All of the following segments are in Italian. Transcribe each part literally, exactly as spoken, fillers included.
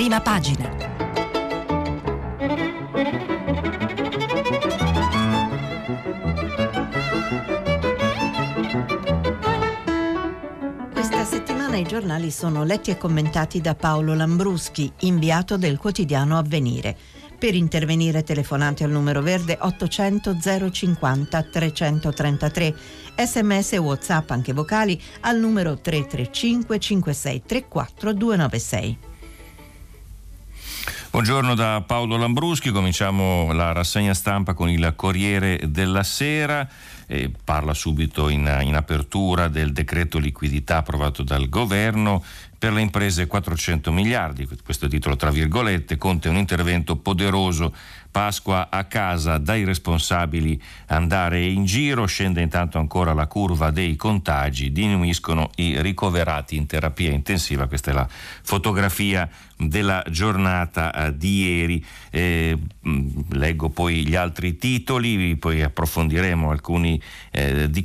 Prima pagina. I giornali sono letti e commentati da Paolo Lambruschi, inviato del quotidiano Avvenire. Per intervenire telefonate al numero verde ottocento zero cinquanta trecentotrentatré, sms e WhatsApp anche vocali al numero tre tre cinque cinque sei tre quattro due nove sei. Buongiorno da Paolo Lambruschi, cominciamo la rassegna stampa con il Corriere della Sera. E parla subito in, in apertura del decreto liquidità approvato dal governo. Per le imprese quattrocento miliardi, questo titolo tra virgolette, Conte un intervento poderoso, Pasqua a casa, dai responsabili andare in giro, scende intanto ancora la curva dei contagi, diminuiscono i ricoverati in terapia intensiva, questa è la fotografia della giornata eh, di ieri. Eh, mh, leggo poi gli altri titoli, poi approfondiremo alcuni eh, di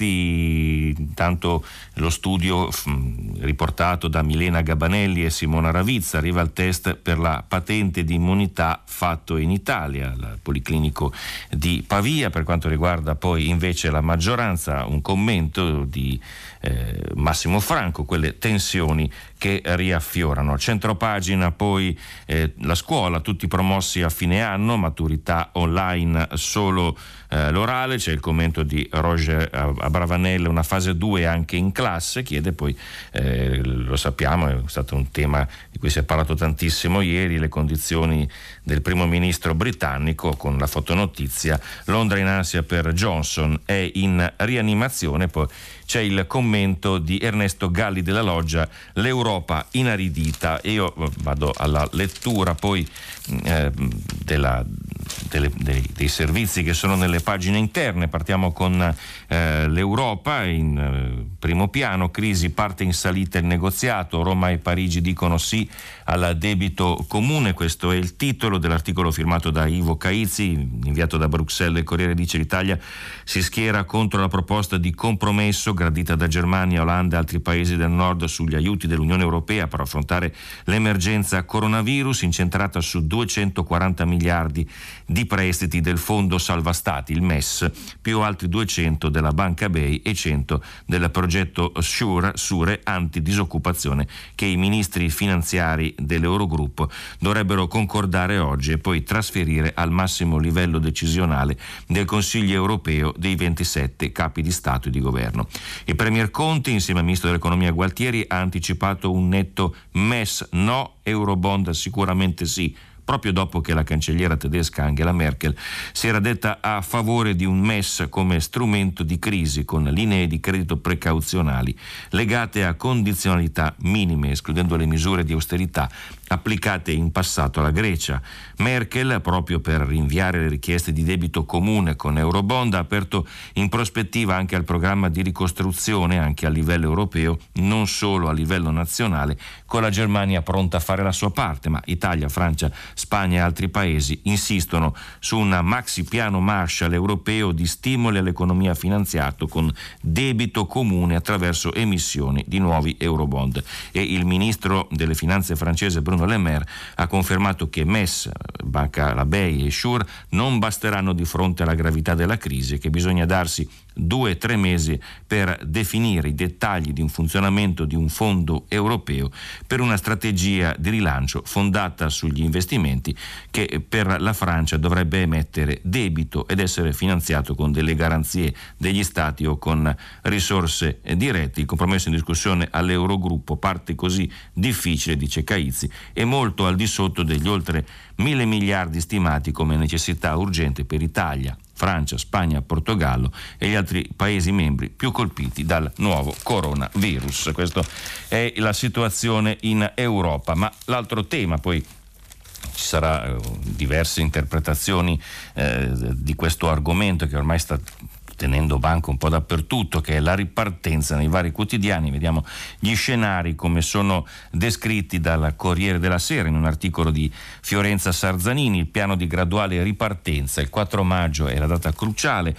questi. Intanto lo studio mh, riportato da Milena Gabanelli e Simona Ravizza, arriva il test per la patente di immunità fatto in Italia, al Policlinico di Pavia. Per quanto riguarda poi invece la maggioranza, un commento di eh, Massimo Franco, quelle tensioni che riaffiorano. Centropagina poi eh, la scuola, tutti promossi a fine anno, maturità online solo eh, l'orale, c'è il commento di Roger Abravanel, una fase due anche in classe, chiede poi, eh, lo sappiamo, è stato un tema di cui si è parlato tantissimo ieri, le condizioni del primo ministro britannico, con la fotonotizia, Londra in ansia per Johnson, è in rianimazione. Poi c'è il commento di Ernesto Galli della Loggia, l'Europa inaridita. Io vado alla lettura poi eh, della, delle, dei, dei servizi che sono nelle pagine interne. Partiamo con eh, l'Europa in eh, primo piano, crisi, parte in salita il negoziato, Roma e Parigi dicono sì al debito comune, questo è il titolo dell'articolo firmato da Ivo Caizzi, inviato da Bruxelles. Il Corriere dice l'Italia si schiera contro la proposta di compromesso gradita da Germania, Olanda e altri paesi del nord sugli aiuti dell'Unione Europea per affrontare l'emergenza coronavirus, incentrata su duecentoquaranta miliardi di prestiti del Fondo Salva Stati, il M E S, più altri duecento della Banca B E I e cento del progetto Sure, Sure antidisoccupazione, che i ministri finanziari dell'Eurogruppo dovrebbero concordare oggi e poi trasferire al massimo livello decisionale del Consiglio europeo dei ventisette capi di Stato e di Governo. Il Premier Conte, insieme al Ministro dell'Economia Gualtieri, ha anticipato un netto M E S no, Eurobond sicuramente sì, proprio dopo che la cancelliera tedesca Angela Merkel si era detta a favore di un M E S come strumento di crisi con linee di credito precauzionali legate a condizionalità minime, escludendo le misure di austerità applicate in passato alla Grecia. Merkel, proprio per rinviare le richieste di debito comune con Eurobond, ha aperto in prospettiva anche al programma di ricostruzione anche a livello europeo, non solo a livello nazionale, con la Germania pronta a fare la sua parte, ma Italia, Francia, Spagna e altri paesi insistono su un maxi piano Marshall europeo di stimoli all'economia finanziato con debito comune attraverso emissioni di nuovi Eurobond. E il ministro delle finanze francese Bruno Le Maire ha confermato che M E S, Banca la B E I e Sure non basteranno di fronte alla gravità della crisi e che bisogna darsi due o tre mesi per definire i dettagli di un funzionamento di un fondo europeo per una strategia di rilancio fondata sugli investimenti che per la Francia dovrebbe emettere debito ed essere finanziato con delle garanzie degli stati o con risorse dirette. Il compromesso in discussione all'Eurogruppo, parte così difficile, dice Caizzi, e molto al di sotto degli oltre mille miliardi stimati come necessità urgente per Italia, Francia, Spagna, Portogallo e gli altri paesi membri più colpiti dal nuovo coronavirus. Questa è la situazione in Europa. Ma l'altro tema, poi ci sarà uh, diverse interpretazioni eh, di questo argomento che ormai sta tenendo banco un po' dappertutto, che è la ripartenza nei vari quotidiani. Vediamo gli scenari come sono descritti dal Corriere della Sera in un articolo di Fiorenza Sarzanini. Il piano di graduale ripartenza, il quattro maggio è la data cruciale,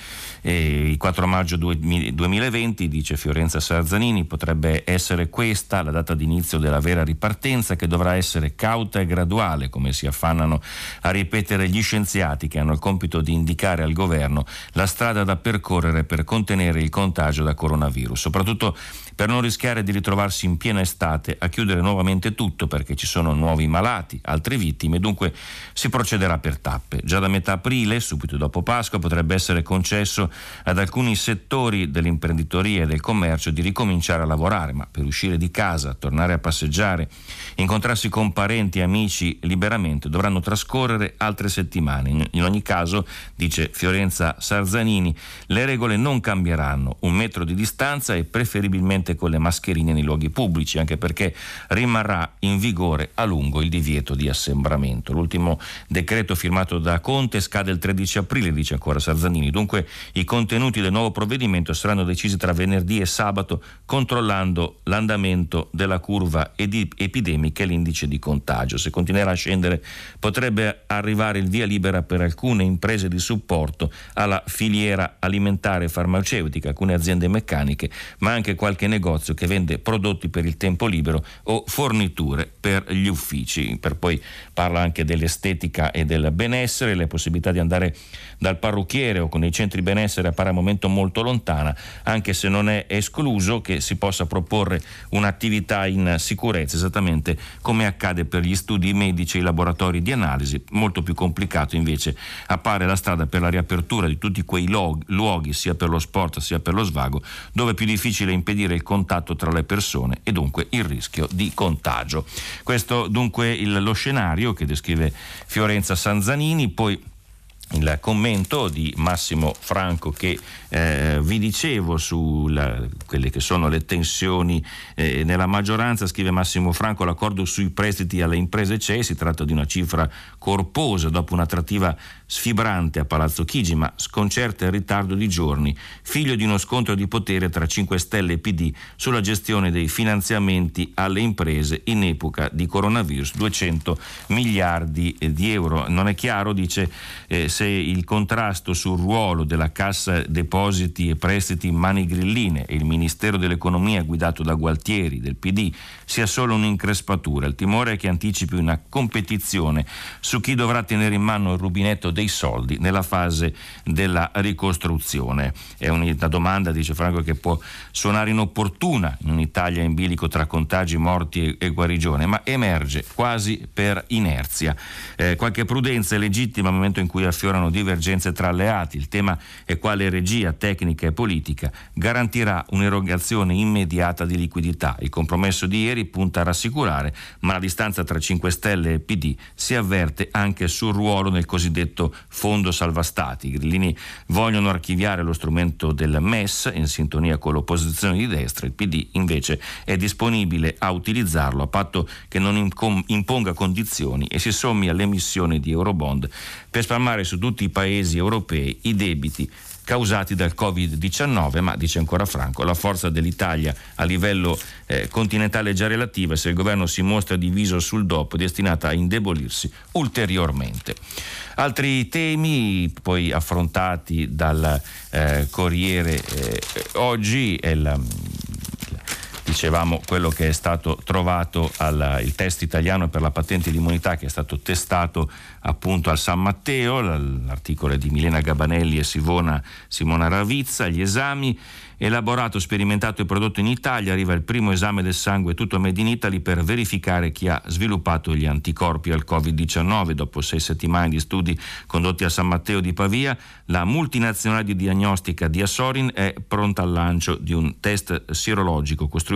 e il quattro maggio duemilaventi, dice Fiorenza Sarzanini, potrebbe essere questa la data d'inizio della vera ripartenza, che dovrà essere cauta e graduale, come si affannano a ripetere gli scienziati che hanno il compito di indicare al governo la strada da percorrere per contenere il contagio da coronavirus, soprattutto per non rischiare di ritrovarsi in piena estate a chiudere nuovamente tutto, perché ci sono nuovi malati, altre vittime, dunque si procederà per tappe. Già da metà aprile, subito dopo Pasqua, potrebbe essere concesso ad alcuni settori dell'imprenditoria e del commercio di ricominciare a lavorare, ma per uscire di casa, tornare a passeggiare, incontrarsi con parenti e amici liberamente dovranno trascorrere altre settimane. In ogni caso, dice Fiorenza Sarzanini, le regole non cambieranno: un metro di distanza e preferibilmente con le mascherine nei luoghi pubblici, anche perché rimarrà in vigore a lungo il divieto di assembramento. L'ultimo decreto firmato da Conte scade il tredici aprile, dice ancora Sarzanini, dunque i contenuti del nuovo provvedimento saranno decisi tra venerdì e sabato, controllando l'andamento della curva epidemica e l'indice di contagio. Se continuerà a scendere potrebbe arrivare il via libera per alcune imprese di supporto alla filiera alimentare e farmaceutica, alcune aziende meccaniche, ma anche qualche negozio che vende prodotti per il tempo libero o forniture per gli uffici. Per poi parla anche dell'estetica e del benessere, le possibilità di andare dal parrucchiere o con i centri benessere appare a momento molto lontana, anche se non è escluso che si possa proporre un'attività in sicurezza, esattamente come accade per gli studi medici e i laboratori di analisi. Molto più complicato invece appare la strada per la riapertura di tutti quei luoghi, sia per lo sport sia per lo svago, dove è più difficile impedire il contatto tra le persone e dunque il rischio di contagio. Questo dunque il, lo scenario che descrive Fiorenza Sarzanini. Poi il commento di Massimo Franco che eh, vi dicevo su la, quelle che sono le tensioni eh, nella maggioranza. Scrive Massimo Franco: l'accordo sui prestiti alle imprese c'è, si tratta di una cifra corposa dopo una trattiva sfibrante a Palazzo Chigi, ma sconcerta il ritardo di giorni, figlio di uno scontro di potere tra cinque Stelle e P D sulla gestione dei finanziamenti alle imprese in epoca di coronavirus, duecento miliardi di euro. Non è chiaro, dice, eh, se il contrasto sul ruolo della Cassa Depositi e Prestiti Mani Grilline e il Ministero dell'Economia guidato da Gualtieri del P D sia solo un'increspatura. Il timore è che anticipi una competizione su chi dovrà tenere in mano il rubinetto dei soldi nella fase della ricostruzione. È una domanda, dice Franco, che può suonare inopportuna in un'Italia in bilico tra contagi, morti e, e guarigione, ma emerge quasi per inerzia. Eh, qualche prudenza è legittima al momento in cui affiorano divergenze tra alleati. Il tema è quale regia tecnica e politica garantirà un'erogazione immediata di liquidità. Il compromesso di ieri punta a rassicurare, ma la distanza tra cinque Stelle e P D si avverte anche sul ruolo nel cosiddetto fondo salva stati. I grillini vogliono archiviare lo strumento del M E S in sintonia con l'opposizione di destra. Il P D invece è disponibile a utilizzarlo a patto che non imponga condizioni e si sommi all'emissione di Eurobond per spalmare su tutti i paesi europei i debiti causati dal covid diciannove, ma, dice ancora Franco, la forza dell'Italia a livello eh, continentale è già relativa. Se il governo si mostra diviso sul dopo, è destinata a indebolirsi ulteriormente. Altri temi poi affrontati dal eh, Corriere eh, oggi è la Dicevamo quello che è stato trovato al il test italiano per la patente di immunità, che è stato testato appunto al San Matteo. L'articolo è di Milena Gabanelli e Simona, Simona Ravizza. Gli esami: elaborato, sperimentato e prodotto in Italia, arriva il primo esame del sangue tutto made in Italy per verificare chi ha sviluppato gli anticorpi al covid diciannove. Dopo sei settimane di studi condotti a San Matteo di Pavia, la multinazionale di diagnostica Diasorin è pronta al lancio di un test sierologico costruito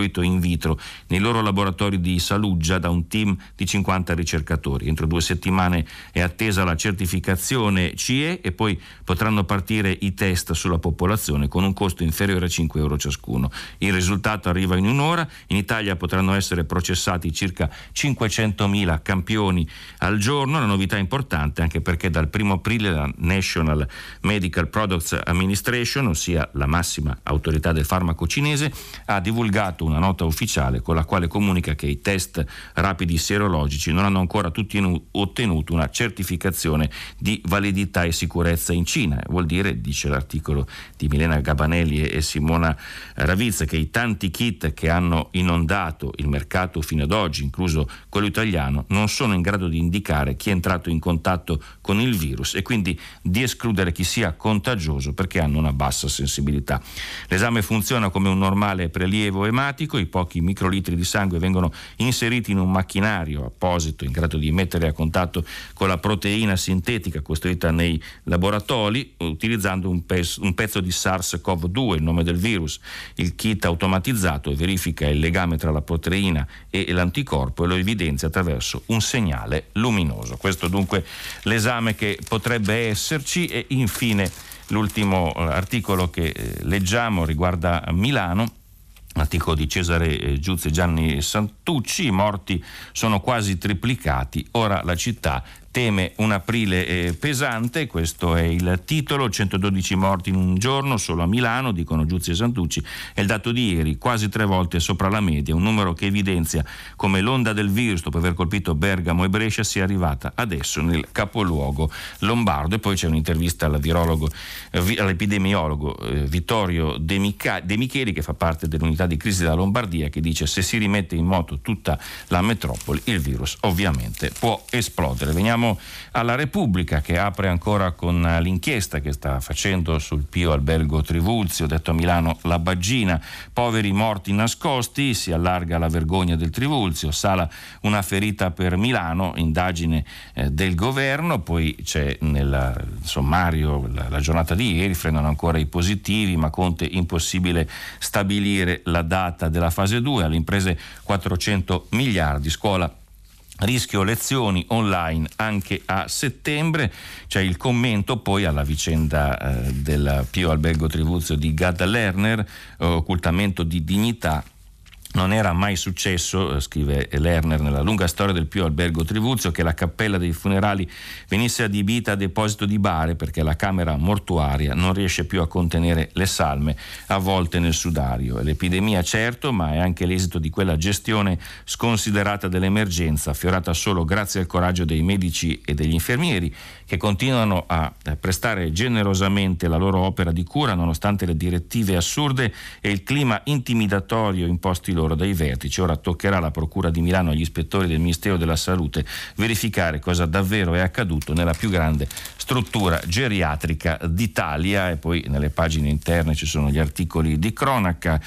costruito in vitro nei loro laboratori di Saluggia da un team di cinquanta ricercatori. Entro due settimane è attesa la certificazione C E e poi potranno partire i test sulla popolazione con un costo inferiore a cinque euro ciascuno. Il risultato arriva in un'ora. In Italia potranno essere processati circa cinquecentomila campioni al giorno. La novità è importante anche perché dal primo aprile la National Medical Products Administration, ossia la massima autorità del farmaco cinese, ha divulgato una nota ufficiale con la quale comunica che i test rapidi sierologici non hanno ancora tutti ottenuto una certificazione di validità e sicurezza in Cina. Vuol dire, dice l'articolo di Milena Gabanelli e Simona Ravizza, che i tanti kit che hanno inondato il mercato fino ad oggi, incluso quello italiano, non sono in grado di indicare chi è entrato in contatto con il virus e quindi di escludere chi sia contagioso perché hanno una bassa sensibilità. L'esame funziona come un normale prelievo ematico, i pochi microlitri di sangue vengono inseriti in un macchinario apposito in grado di mettere a contatto con la proteina sintetica costruita nei laboratori utilizzando un, pez- un pezzo di SARS-CoV due, il nome del virus. Il kit automatizzato verifica il legame tra la proteina e l'anticorpo e lo evidenzia attraverso un segnale luminoso. Questo dunque l'esame che potrebbe esserci. E infine l'ultimo articolo che leggiamo riguarda Milano. Articolo di Cesare Giuzzi e Gianni Santucci: i morti sono quasi triplicati, ora la città teme un aprile eh, pesante. Questo è il titolo. centododici morti in un giorno solo a Milano, dicono Giuzzi e Santucci, è il dato di ieri, quasi tre volte sopra la media, un numero che evidenzia come l'onda del virus dopo aver colpito Bergamo e Brescia sia arrivata adesso nel capoluogo lombardo. E poi c'è un'intervista al virologo, eh, all'epidemiologo eh, Vittorio De, Mica- De Micheli, che fa parte dell'unità di crisi della Lombardia, che dice: se si rimette in moto tutta la metropoli il virus ovviamente può esplodere. Veniamo alla Repubblica, che apre ancora con l'inchiesta che sta facendo sul Pio Albergo Trivulzio, detto a Milano la Baggina. Poveri morti nascosti, si allarga la vergogna del Trivulzio, sala una ferita per Milano, indagine eh, del governo. Poi c'è nel sommario la, la giornata di ieri, frenano ancora i positivi, ma Conte impossibile stabilire la data della fase due, alle imprese quattrocento miliardi, scuola rischio lezioni online anche a settembre. C'è il commento poi alla vicenda eh, del Pio Albergo Trivulzio di Gad Lerner, eh, occultamento di dignità. Non era mai successo, scrive Lerner, nella lunga storia del Pio Albergo Trivulzio, che la cappella dei funerali venisse adibita a deposito di bare, perché la camera mortuaria non riesce più a contenere le salme avvolte nel sudario. È l'epidemia, certo, ma è anche l'esito di quella gestione sconsiderata dell'emergenza, affiorata solo grazie al coraggio dei medici e degli infermieri, che continuano a prestare generosamente la loro opera di cura nonostante le direttive assurde e il clima intimidatorio imposti loro dai vertici. Ora toccherà alla Procura di Milano e agli ispettori del Ministero della Salute verificare cosa davvero è accaduto nella più grande struttura geriatrica d'Italia. E poi nelle pagine interne ci sono gli articoli di cronaca.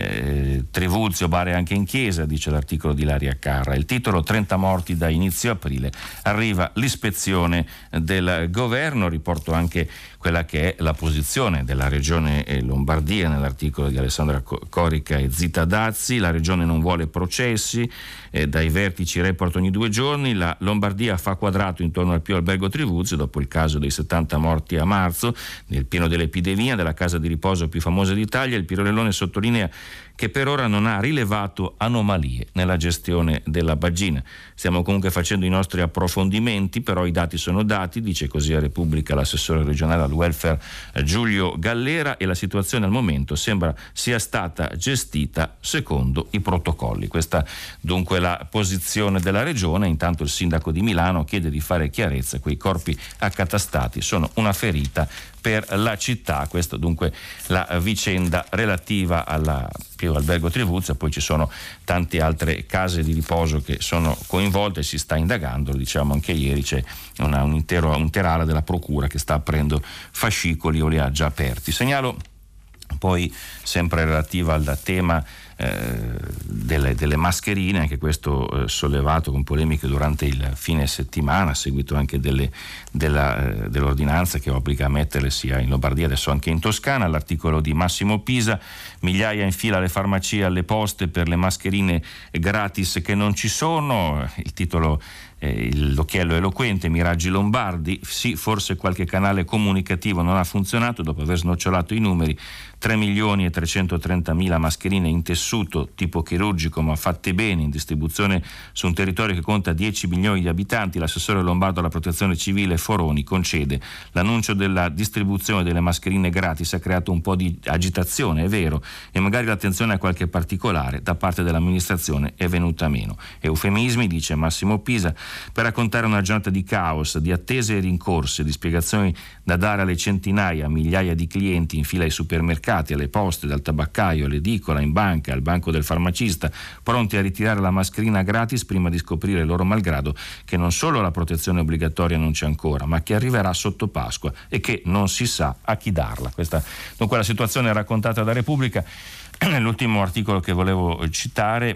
eh, Trivulzio, bare anche in chiesa, dice l'articolo di Ilaria Carra. Il titolo: trenta morti da inizio aprile, arriva l'ispezione del governo. Riporto anche quella che è la posizione della regione Lombardia nell'articolo di Alessandra Corica e Zita Dazzi. La regione non vuole processi, eh, dai vertici report ogni due giorni. La Lombardia fa quadrato intorno al Pio Albergo Trivulzio dopo il caso dei settanta morti a marzo, nel pieno dell'epidemia della casa di riposo più famosa d'Italia. Il Pirolellone sottolinea che per ora non ha rilevato anomalie nella gestione della Baggina. Stiamo comunque facendo i nostri approfondimenti, però i dati sono dati, dice così a Repubblica l'assessore regionale al welfare Giulio Gallera, e la situazione al momento sembra sia stata gestita secondo i protocolli. Questa dunque la posizione della regione. Intanto il sindaco di Milano chiede di fare chiarezza: quei corpi accatastati sono una ferita per la città. Questa dunque la vicenda relativa alla Pio Albergo Trivulzio. Poi ci sono tante altre case di riposo che sono coinvolte, si sta indagando, lo diciamo anche ieri, c'è una, un intero, un'intera ala della procura che sta aprendo fascicoli o li ha già aperti. Segnalo poi, sempre relativa al tema eh, delle, delle mascherine, anche questo eh, sollevato con polemiche durante il fine settimana, a seguito anche delle, della, eh, dell'ordinanza che obbliga a metterle sia in Lombardia, adesso anche in Toscana. L'articolo di Massimo Pisa: migliaia in fila alle farmacie, alle poste per le mascherine gratis che non ci sono. Il titolo, eh, l'occhiello eloquente: Miraggi Lombardi, sì, forse qualche canale comunicativo non ha funzionato dopo aver snocciolato i numeri. tre milioni e trecentotrentamila mascherine in tessuto tipo chirurgico ma fatte bene, in distribuzione su un territorio che conta dieci milioni di abitanti. L'assessore lombardo alla protezione civile Foroni concede: l'annuncio della distribuzione delle mascherine gratis ha creato un po' di agitazione, è vero, e magari l'attenzione a qualche particolare da parte dell'amministrazione è venuta meno. Eufemismi, dice Massimo Pisa, per raccontare una giornata di caos, di attese e rincorse, di spiegazioni da dare alle centinaia, migliaia di clienti in fila ai supermercati, alle poste, dal tabaccaio all'edicola, in banca, al banco del farmacista, pronti a ritirare la mascherina gratis prima di scoprire loro malgrado che non solo la protezione obbligatoria non c'è ancora, ma che arriverà sotto Pasqua e che non si sa a chi darla. Questa dunque la situazione raccontata da Repubblica. L'ultimo articolo che volevo citare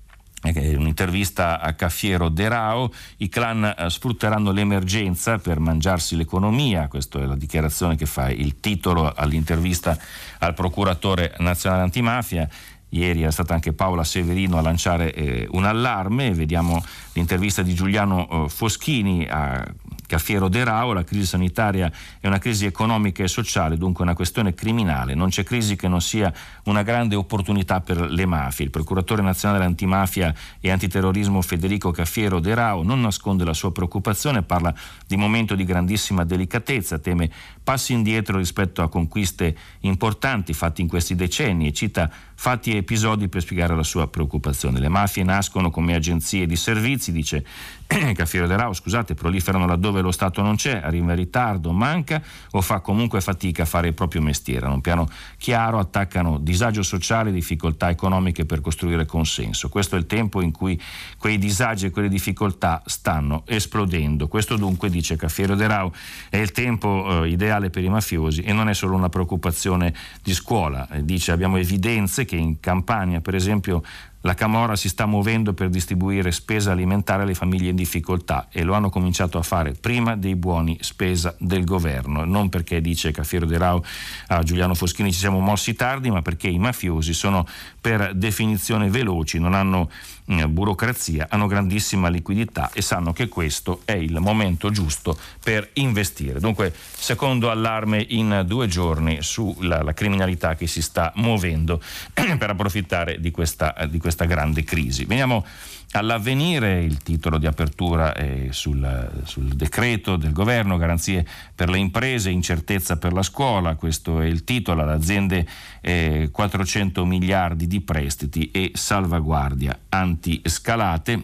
è un'intervista a Cafiero De Rao: i clan sfrutteranno l'emergenza per mangiarsi l'economia. Questa è la dichiarazione che fa il titolo all'intervista al procuratore nazionale antimafia. Ieri è stata anche Paola Severino a lanciare eh, un allarme. Vediamo l'intervista di Giuliano eh, Foschini a Cafiero De Rao: la crisi sanitaria è una crisi economica e sociale, dunque una questione criminale. Non c'è crisi che non sia una grande opportunità per le mafie. Il procuratore nazionale antimafia e antiterrorismo Federico Cafiero De Rao non nasconde la sua preoccupazione, parla di momento di grandissima delicatezza, teme passi indietro rispetto a conquiste importanti fatte in questi decenni e cita fatti e episodi per spiegare la sua preoccupazione. Le mafie nascono come agenzie di servizi, dice Cafiero De Rao, scusate, proliferano laddove lo Stato non c'è, arriva in ritardo, manca o fa comunque fatica a fare il proprio mestiere. Hanno un piano chiaro, attaccano disagio sociale, difficoltà economiche per costruire consenso. Questo è il tempo in cui quei disagi e quelle difficoltà stanno esplodendo. Questo dunque, dice Cafiero De Rao, è il tempo eh, ideale per i mafiosi e non è solo una preoccupazione di scuola. Eh, dice: abbiamo evidenze che in Campania, per esempio, la Camorra si sta muovendo per distribuire spesa alimentare alle famiglie in difficoltà e lo hanno cominciato a fare prima dei buoni spesa del governo. Non perché, dice Cafiero De Rao a Giuliano Foschini, ci siamo mossi tardi, ma perché i mafiosi sono per definizione veloci, non hanno eh, burocrazia, hanno grandissima liquidità e sanno che questo è il momento giusto per investire. Dunque, secondo allarme in due giorni sulla la criminalità che si sta muovendo per approfittare di questa, di questa grande crisi. Veniamo all'Avvenire. Il titolo di apertura è sul, sul decreto del governo: garanzie per le imprese, incertezza per la scuola. Questo è il titolo. Alle aziende eh, quattrocento miliardi di prestiti e salvaguardia antiscalate.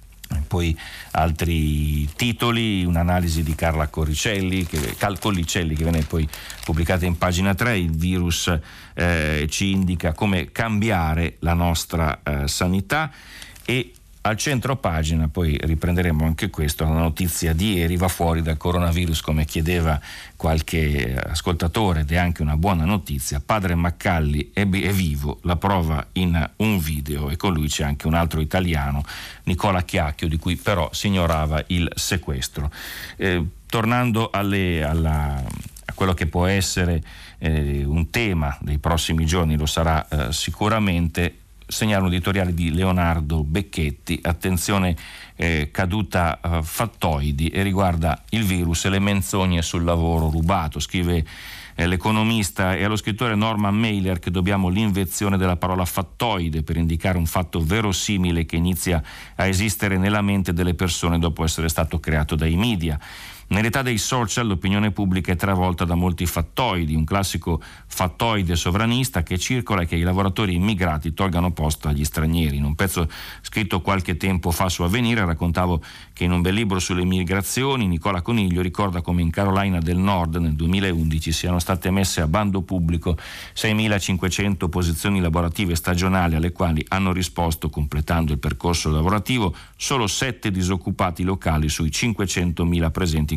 Poi altri titoli, un'analisi di Carla Corricelli, che, Cal Collicelli, che viene poi pubblicata in pagina tre. Il virus eh, ci indica come cambiare la nostra eh, sanità. E al centro pagina poi riprenderemo anche questo, la notizia di ieri: va fuori dal coronavirus come chiedeva qualche ascoltatore, ed è anche una buona notizia. Padre Maccalli è, è vivo, la prova in un video, e con lui c'è anche un altro italiano, Nicola Chiacchio, di cui però si ignorava il sequestro. Eh, tornando alle, alla, a quello che può essere eh, un tema dei prossimi giorni, lo sarà eh, sicuramente, segnalo un editoriale di Leonardo Becchetti: attenzione, eh, caduta eh, fattoidi, e riguarda il virus e le menzogne sul lavoro rubato. Scrive eh, l'economista: è allo scrittore Norman Mailer che dobbiamo l'invenzione della parola fattoide per indicare un fatto verosimile che inizia a esistere nella mente delle persone dopo essere stato creato dai media. Nell'età dei social l'opinione pubblica è travolta da molti fattoidi, un classico fattoide sovranista che circola è che i lavoratori immigrati tolgano posto agli stranieri. In un pezzo scritto qualche tempo fa su Avvenire raccontavo che in un bel libro sulle migrazioni Nicola Coniglio ricorda come in Carolina del Nord nel duemilaundici siano state messe a bando pubblico seimilacinquecento posizioni lavorative stagionali, alle quali hanno risposto, completando il percorso lavorativo, solo sette disoccupati locali sui cinquecentomila presenti in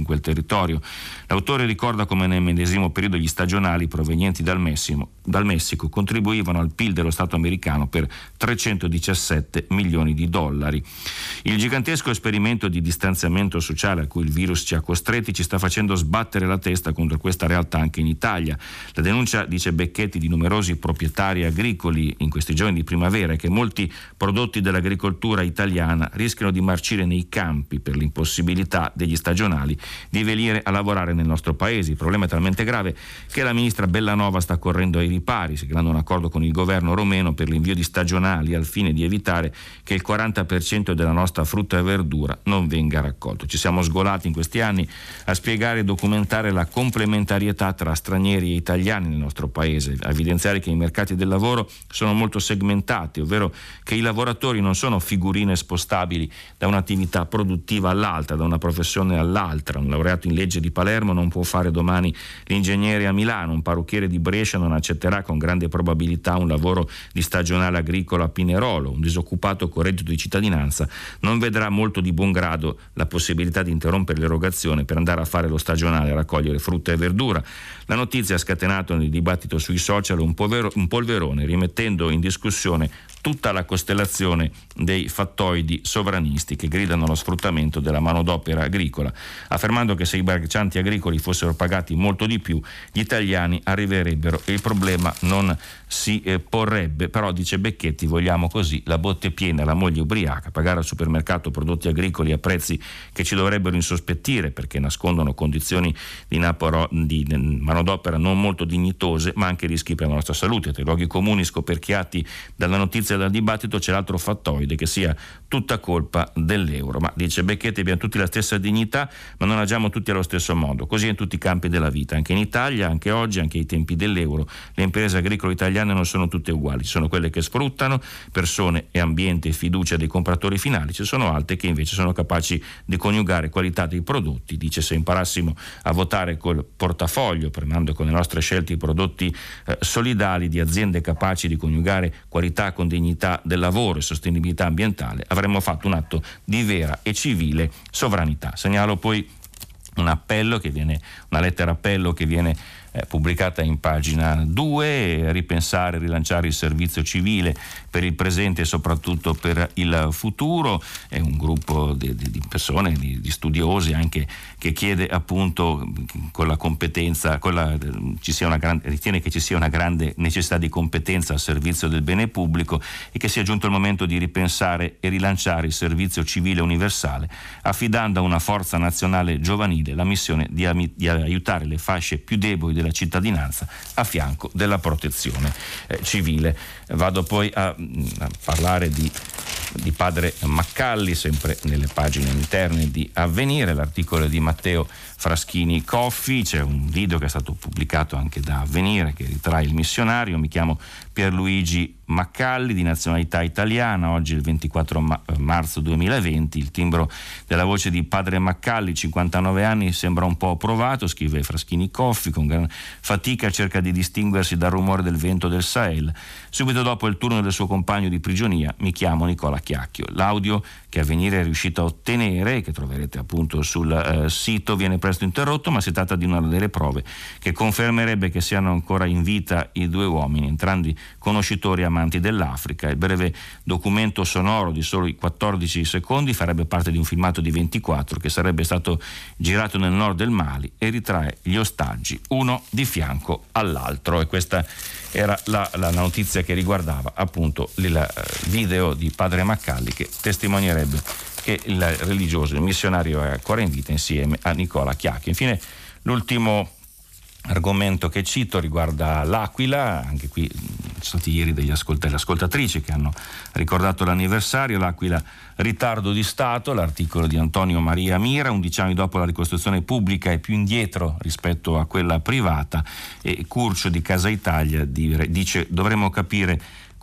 quel territorio. L'autore ricorda come nel medesimo periodo gli stagionali provenienti dal Messico, dal Messico contribuivano al P I L dello Stato americano per trecentodiciassette milioni di dollari. Il gigantesco esperimento di distanziamento sociale a cui il virus ci ha costretti ci sta facendo sbattere la testa contro questa realtà anche in Italia. La denuncia, dice Becchetti, di numerosi proprietari agricoli in questi giorni di primavera è che molti prodotti dell'agricoltura italiana rischiano di marcire nei campi per l'impossibilità degli stagionali di venire a lavorare nel nostro paese. Il problema è talmente grave che la ministra Bellanova sta correndo ai ripari, siglando un accordo con il governo romeno per l'invio di stagionali al fine di evitare che il quaranta per cento della nostra frutta e verdura non venga raccolto. Ci siamo sgolati in questi anni a spiegare e documentare la complementarietà tra stranieri e italiani nel nostro paese, a evidenziare che i mercati del lavoro sono molto segmentati, ovvero che i lavoratori non sono figurine spostabili da un'attività produttiva all'altra, da una professione all'altra. Un laureato in legge di Palermo non può fare domani l'ingegnere a Milano, un parrucchiere di Brescia non accetterà con grande probabilità un lavoro di stagionale agricolo a Pinerolo, un disoccupato con reddito di cittadinanza non vedrà molto di buon grado la possibilità di interrompere l'erogazione per andare a fare lo stagionale a raccogliere frutta e verdura. La notizia ha scatenato nel dibattito sui social un, povero, un polverone, rimettendo in discussione tutta la costellazione dei fattoidi sovranisti che gridano allo sfruttamento della manodopera agricola, affermando che se i braccianti agricoli fossero pagati molto di più, gli italiani arriverebbero e il problema non si eh, porrebbe. Però, dice Becchetti, vogliamo così la botte piena, la moglie ubriaca, pagare al supermercato prodotti agricoli a prezzi che ci dovrebbero insospettire perché nascondono condizioni di, naporo, di manodopera non molto dignitose, ma anche rischi per la nostra salute. Tra i luoghi comuni scoperchiati dalla notizia e dal dibattito c'è l'altro fattoide, che sia tutta colpa dell'euro. Ma, dice Becchetti, abbiamo tutti la stessa dignità, ma non agiamo tutti allo stesso modo. Così è in tutti i campi della vita, anche in Italia, anche oggi, anche ai tempi dell'euro. Le imprese agricole italiane non sono tutte uguali, ci sono quelle che sfruttano persone e ambiente e fiducia dei compratori finali, ci sono altre che invece sono capaci di coniugare qualità dei prodotti. Dice, se imparassimo a votare col portafoglio, premiando con le nostre scelte i prodotti eh, solidali di aziende capaci di coniugare qualità con dignità del lavoro e sostenibilità ambientale, avremmo fatto un atto di vera e civile sovranità. Segnalo poi un appello che viene, una lettera appello che viene eh, pubblicata in pagina due, ripensare e rilanciare il servizio civile per il presente e soprattutto per il futuro. È un gruppo di, di, di persone, di, di studiosi anche, che chiede appunto con la competenza, con la, ci sia una grande, ritiene che ci sia una grande necessità di competenza al servizio del bene pubblico e che sia giunto il momento di ripensare e rilanciare il servizio civile universale, affidando a una forza nazionale giovanile la missione di, di aiutare le fasce più deboli della cittadinanza a fianco della protezione eh, civile. Vado poi a, a parlare di, di padre Maccalli, sempre nelle pagine interne di Avvenire, l'articolo di Matteo Fraschini Coffi. C'è un video che è stato pubblicato anche da Avvenire che ritrae il missionario. Mi chiamo Pierluigi Maccalli, di nazionalità italiana, oggi il ventiquattro marzo duemilaventi, il timbro della voce di padre Maccalli, cinquantanove anni, sembra un po' provato, scrive Fraschini Coffi, con gran fatica cerca di distinguersi dal rumore del vento del Sahel. Subito dopo il turno del suo compagno di prigionia, mi chiamo Nicola Chiacchio. L'audio che Avvenire è riuscito a ottenere, che troverete appunto sul eh, sito, viene presto interrotto, ma si tratta di una delle prove che confermerebbe che siano ancora in vita i due uomini, entrambi conoscitori amanti dell'Africa. Il breve documento sonoro di soli quattordici secondi farebbe parte di un filmato di ventiquattro che sarebbe stato girato nel nord del Mali e ritrae gli ostaggi uno di fianco all'altro. E questa era la, la notizia che riguardava appunto il video di padre Maccalli, che testimonierebbe che il religioso, il missionario, è ancora in vita insieme a Nicola Chiacchio. Infine, l'ultimo argomento che cito riguarda l'Aquila. Anche qui ci sono stati ieri degli ascoltatori e ascoltatrici che hanno ricordato l'anniversario. L'Aquila, ritardo di Stato, l'articolo di Antonio Maria Mira. undici anni dopo la ricostruzione pubblica è più indietro rispetto a quella privata, e Curcio di Casa Italia dice: dovremmo capire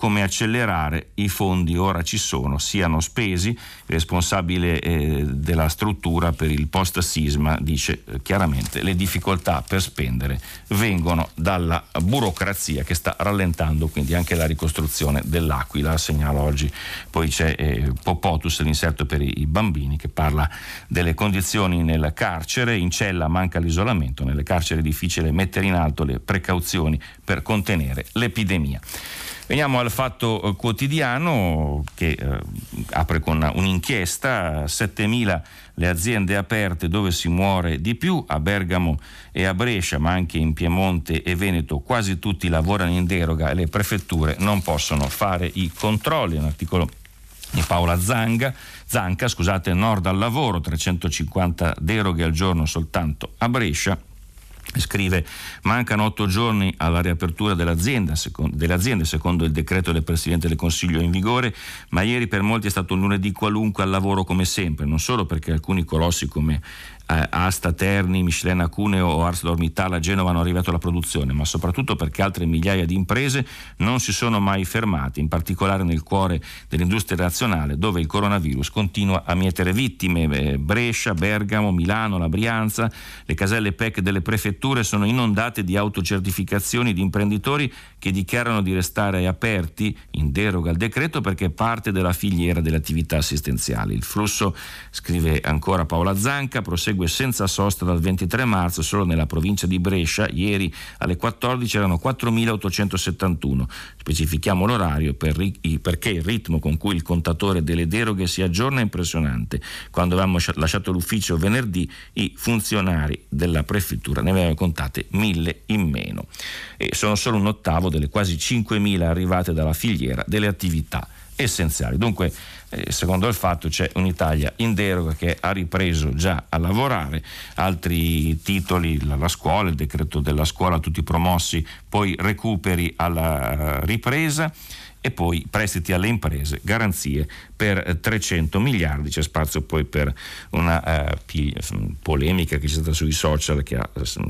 come accelerare i fondi ora ci sono, siano spesi. Il responsabile eh, della struttura per il post sisma dice eh, chiaramente le difficoltà per spendere vengono dalla burocrazia che sta rallentando quindi anche la ricostruzione dell'Aquila, segnala oggi. Poi c'è eh, Popotus, l'inserto per i bambini, che parla delle condizioni nel carcere. In cella manca l'isolamento, nelle carceri è difficile mettere in alto le precauzioni per contenere l'epidemia. Veniamo al Fatto Quotidiano, che eh, apre con un'inchiesta: settemila le aziende aperte dove si muore di più. A Bergamo e a Brescia, ma anche in Piemonte e Veneto, quasi tutti lavorano in deroga e le prefetture non possono fare i controlli. Un articolo di Paola Zanga, Zanca, scusate, Nord al lavoro, trecentocinquanta deroghe al giorno soltanto a Brescia. Scrive: mancano otto giorni alla riapertura dell'azienda, secondo, delle aziende secondo il decreto del Presidente del Consiglio in vigore, ma ieri per molti è stato un lunedì qualunque al lavoro come sempre, non solo perché alcuni colossi come eh, Asta Terni, Michelin Cuneo o ArcelorMittal a Genova hanno arrivato alla produzione, ma soprattutto perché altre migliaia di imprese non si sono mai fermate, in particolare nel cuore dell'industria nazionale, dove il coronavirus continua a mietere vittime. eh, Brescia, Bergamo, Milano, la Brianza, le caselle P E C delle prefetture sono inondate di autocertificazioni di imprenditori che dichiarano di restare aperti in deroga al decreto perché è parte della filiera delle attività assistenziali. Il flusso, scrive ancora Paola Zanca, prosegue senza sosta dal ventitré marzo. Solo nella provincia di Brescia ieri alle quattordici erano quattromilaottocentosettantuno. Specifichiamo l'orario per, perché il ritmo con cui il contatore delle deroghe si aggiorna è impressionante. Quando avevamo lasciato l'ufficio venerdì, i funzionari della prefettura ne avevano contate mille in meno, e sono solo un ottavo delle quasi cinquemila arrivate dalla filiera delle attività essenziali. Dunque, eh, secondo il Fatto, c'è un'Italia in deroga che ha ripreso già a lavorare. Altri titoli: la, la scuola, il decreto della scuola, tutti promossi, poi recuperi alla ripresa. E poi prestiti alle imprese, garanzie per trecento miliardi. C'è spazio poi per una uh, pi- polemica che c'è stata sui social, che ha,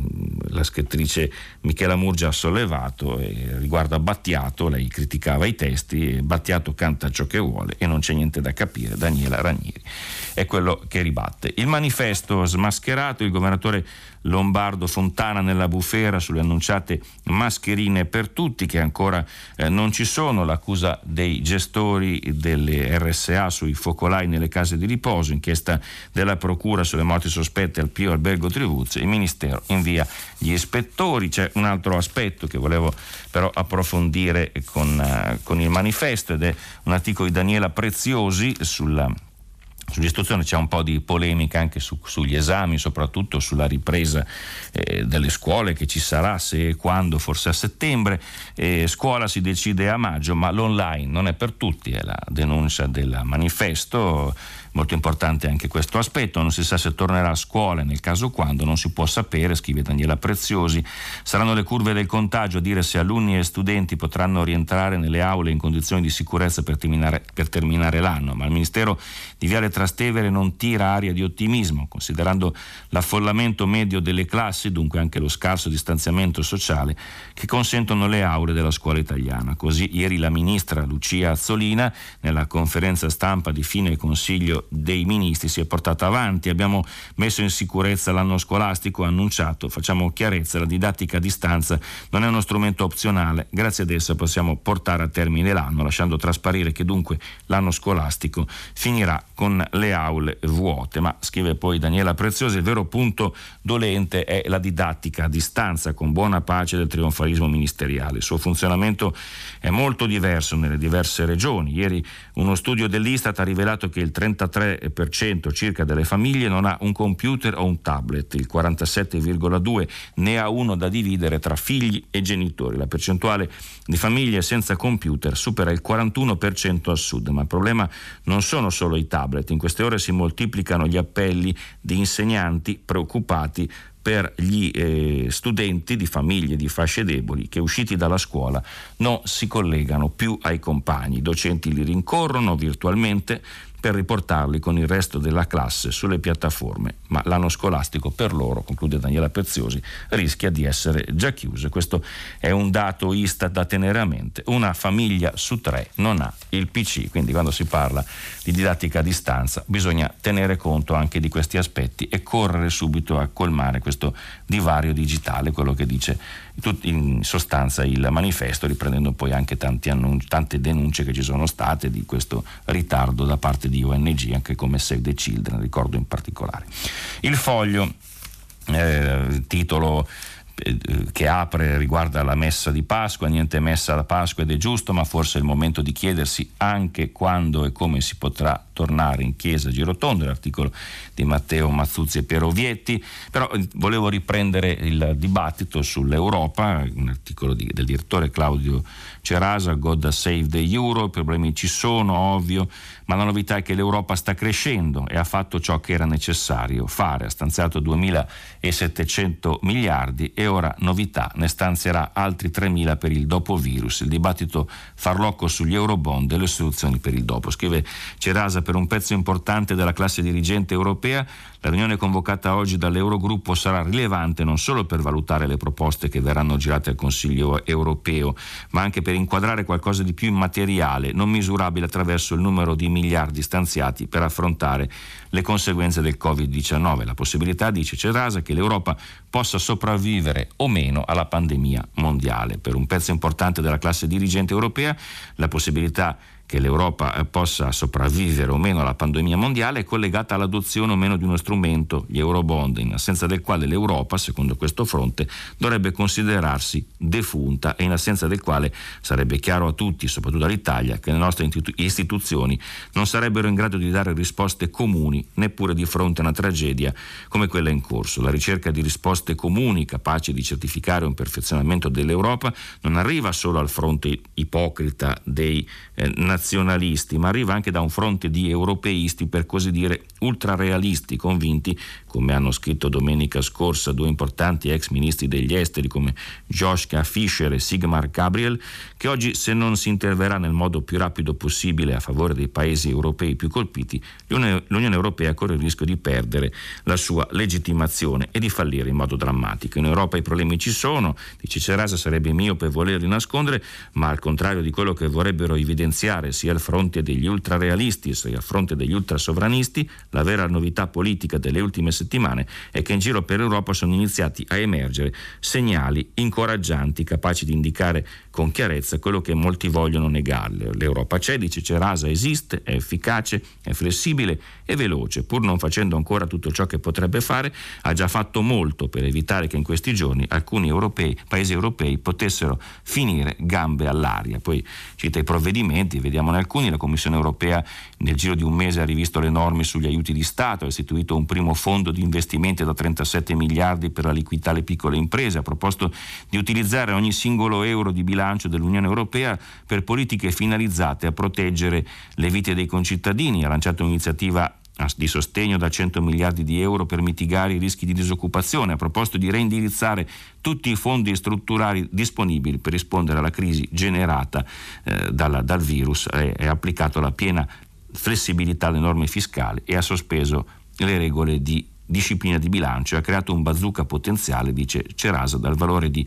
la scrittrice Michela Murgia ha sollevato, e riguarda Battiato. Lei criticava i testi e Battiato canta ciò che vuole e non c'è niente da capire. Daniela Ranieri è quello che ribatte. Il Manifesto smascherato, il governatore lombardo Fontana nella bufera sulle annunciate mascherine per tutti che ancora eh, non ci sono, l'accusa dei gestori delle R S A sui focolai nelle case di riposo, inchiesta della procura sulle morti sospette al Pio Albergo Trivulzio, il Ministero invia gli ispettori. C'è un altro aspetto che volevo però approfondire con, uh, con il Manifesto, ed è un articolo di Daniela Preziosi sulla Sull'istruzione. C'è un po' di polemica anche su, sugli esami, soprattutto sulla ripresa eh, delle scuole, che ci sarà, se e quando, forse a settembre. Eh, scuola si decide a maggio, ma l'online non è per tutti, è la denuncia del Manifesto. Molto importante anche questo aspetto: non si sa se tornerà a scuola e nel caso quando non si può sapere, scrive Daniela Preziosi. Saranno le curve del contagio a dire se alunni e studenti potranno rientrare nelle aule in condizioni di sicurezza per terminare, per terminare l'anno, ma il Ministero di Viale Trastevere non tira aria di ottimismo, considerando l'affollamento medio delle classi, dunque anche lo scarso distanziamento sociale che consentono le aule della scuola italiana. Così ieri la ministra Lucia Azzolina, nella conferenza stampa di fine Consiglio dei Ministri, si è portata avanti: abbiamo messo in sicurezza l'anno scolastico, ha annunciato, facciamo chiarezza, la didattica a distanza non è uno strumento opzionale, grazie ad essa possiamo portare a termine l'anno, lasciando trasparire che dunque l'anno scolastico finirà con le aule vuote. Ma, scrive poi Daniela Preziosi, il vero punto dolente è la didattica a distanza, con buona pace del trionfalismo ministeriale. Il suo funzionamento è molto diverso nelle diverse regioni. Ieri uno studio dell'Istat ha rivelato che il trentatré per cento circa delle famiglie non ha un computer o un tablet, il quarantasette virgola due per cento ne ha uno da dividere tra figli e genitori. La percentuale di famiglie senza computer supera il quarantuno per cento al sud, ma il problema non sono solo i tablet. In queste ore si moltiplicano gli appelli di insegnanti preoccupati per gli eh, studenti di famiglie di fasce deboli che, usciti dalla scuola, non si collegano più ai compagni. I docenti li rincorrono virtualmente per riportarli con il resto della classe sulle piattaforme, ma l'anno scolastico per loro, conclude Daniela Preziosi, rischia di essere già chiuso. Questo è un dato Istat da tenere a mente. Una famiglia su tre non ha il P C, quindi quando si parla di didattica a distanza bisogna tenere conto anche di questi aspetti e correre subito a colmare questo divario digitale, quello che dice in sostanza il manifesto, riprendendo poi anche tanti annunci, tante denunce che ci sono state di questo ritardo da parte di O N G, anche come Save the Children, ricordo in particolare. Il Foglio, eh, titolo che apre, riguarda la messa di Pasqua. Niente messa da Pasqua ed è giusto, ma forse è il momento di chiedersi anche quando e come si potrà tornare in chiesa a Girotondo, l'articolo di Matteo Mazzuzzi e Piero Vietti. Però volevo riprendere il dibattito sull'Europa, un articolo di, del direttore Claudio Cerasa, God Save the Euro. I problemi ci sono, ovvio, ma la novità è che l'Europa sta crescendo e ha fatto ciò che era necessario fare, ha stanziato duemilasettecento miliardi e ora, novità, ne stanzierà altri tremila per il dopo virus. Il dibattito farlocco sugli eurobond e le soluzioni per il dopo. Scrive Cerasa, per un pezzo importante della classe dirigente europea la riunione convocata oggi dall'Eurogruppo sarà rilevante non solo per valutare le proposte che verranno girate al Consiglio europeo, ma anche per inquadrare qualcosa di più immateriale, non misurabile attraverso il numero di miliardi stanziati per affrontare le conseguenze del covid diciannove. La possibilità, dice Cerasa, che l'Europa possa sopravvivere o meno alla pandemia mondiale. Per un pezzo importante della classe dirigente europea la possibilità che l'Europa possa sopravvivere o meno alla pandemia mondiale è collegata all'adozione o meno di uno strumento, gli eurobond, in assenza del quale l'Europa, secondo questo fronte, dovrebbe considerarsi defunta e in assenza del quale sarebbe chiaro a tutti, soprattutto all'Italia, che le nostre istituzioni non sarebbero in grado di dare risposte comuni neppure di fronte a una tragedia come quella in corso. La ricerca di risposte comuni capaci di certificare un perfezionamento dell'Europa non arriva solo al fronte ipocrita dei eh, nazionalisti, ma arriva anche da un fronte di europeisti, per così dire ultrarealisti, convinti, come hanno scritto domenica scorsa due importanti ex ministri degli esteri come Joschka Fischer e Sigmar Gabriel, che oggi, se non si interverrà nel modo più rapido possibile a favore dei paesi europei più colpiti, l'Unione Europea corre il rischio di perdere la sua legittimazione e di fallire in modo drammatico. In Europa i problemi ci sono, dice Cerasa, sarebbe miope volerli nascondere, ma al contrario di quello che vorrebbero evidenziare sia al fronte degli ultrarealisti sia al fronte degli ultrasovranisti, la vera novità politica delle ultime settimane è che in giro per Europa sono iniziati a emergere segnali incoraggianti capaci di indicare con chiarezza quello che molti vogliono negare. L'Europa c'è, dice Cerasa, esiste, è efficace, è flessibile e veloce, pur non facendo ancora tutto ciò che potrebbe fare, ha già fatto molto per evitare che in questi giorni alcuni europei, paesi europei potessero finire gambe all'aria. Poi cita i provvedimenti, vediamone alcuni. La Commissione europea nel giro di un mese ha rivisto le norme sugli aiuti di Stato, ha istituito un primo fondo di investimenti da trentasette miliardi per la liquidità alle piccole imprese, ha proposto di utilizzare ogni singolo euro di bilancio dell'Unione Europea per politiche finalizzate a proteggere le vite dei concittadini, ha lanciato un'iniziativa di sostegno da cento miliardi di euro per mitigare i rischi di disoccupazione, ha proposto di reindirizzare tutti i fondi strutturali disponibili per rispondere alla crisi generata eh, dal, dal virus, e ha applicato la piena flessibilità alle norme fiscali e ha sospeso le regole di disciplina di bilancio e ha creato un bazooka potenziale, dice Cerasa, dal valore di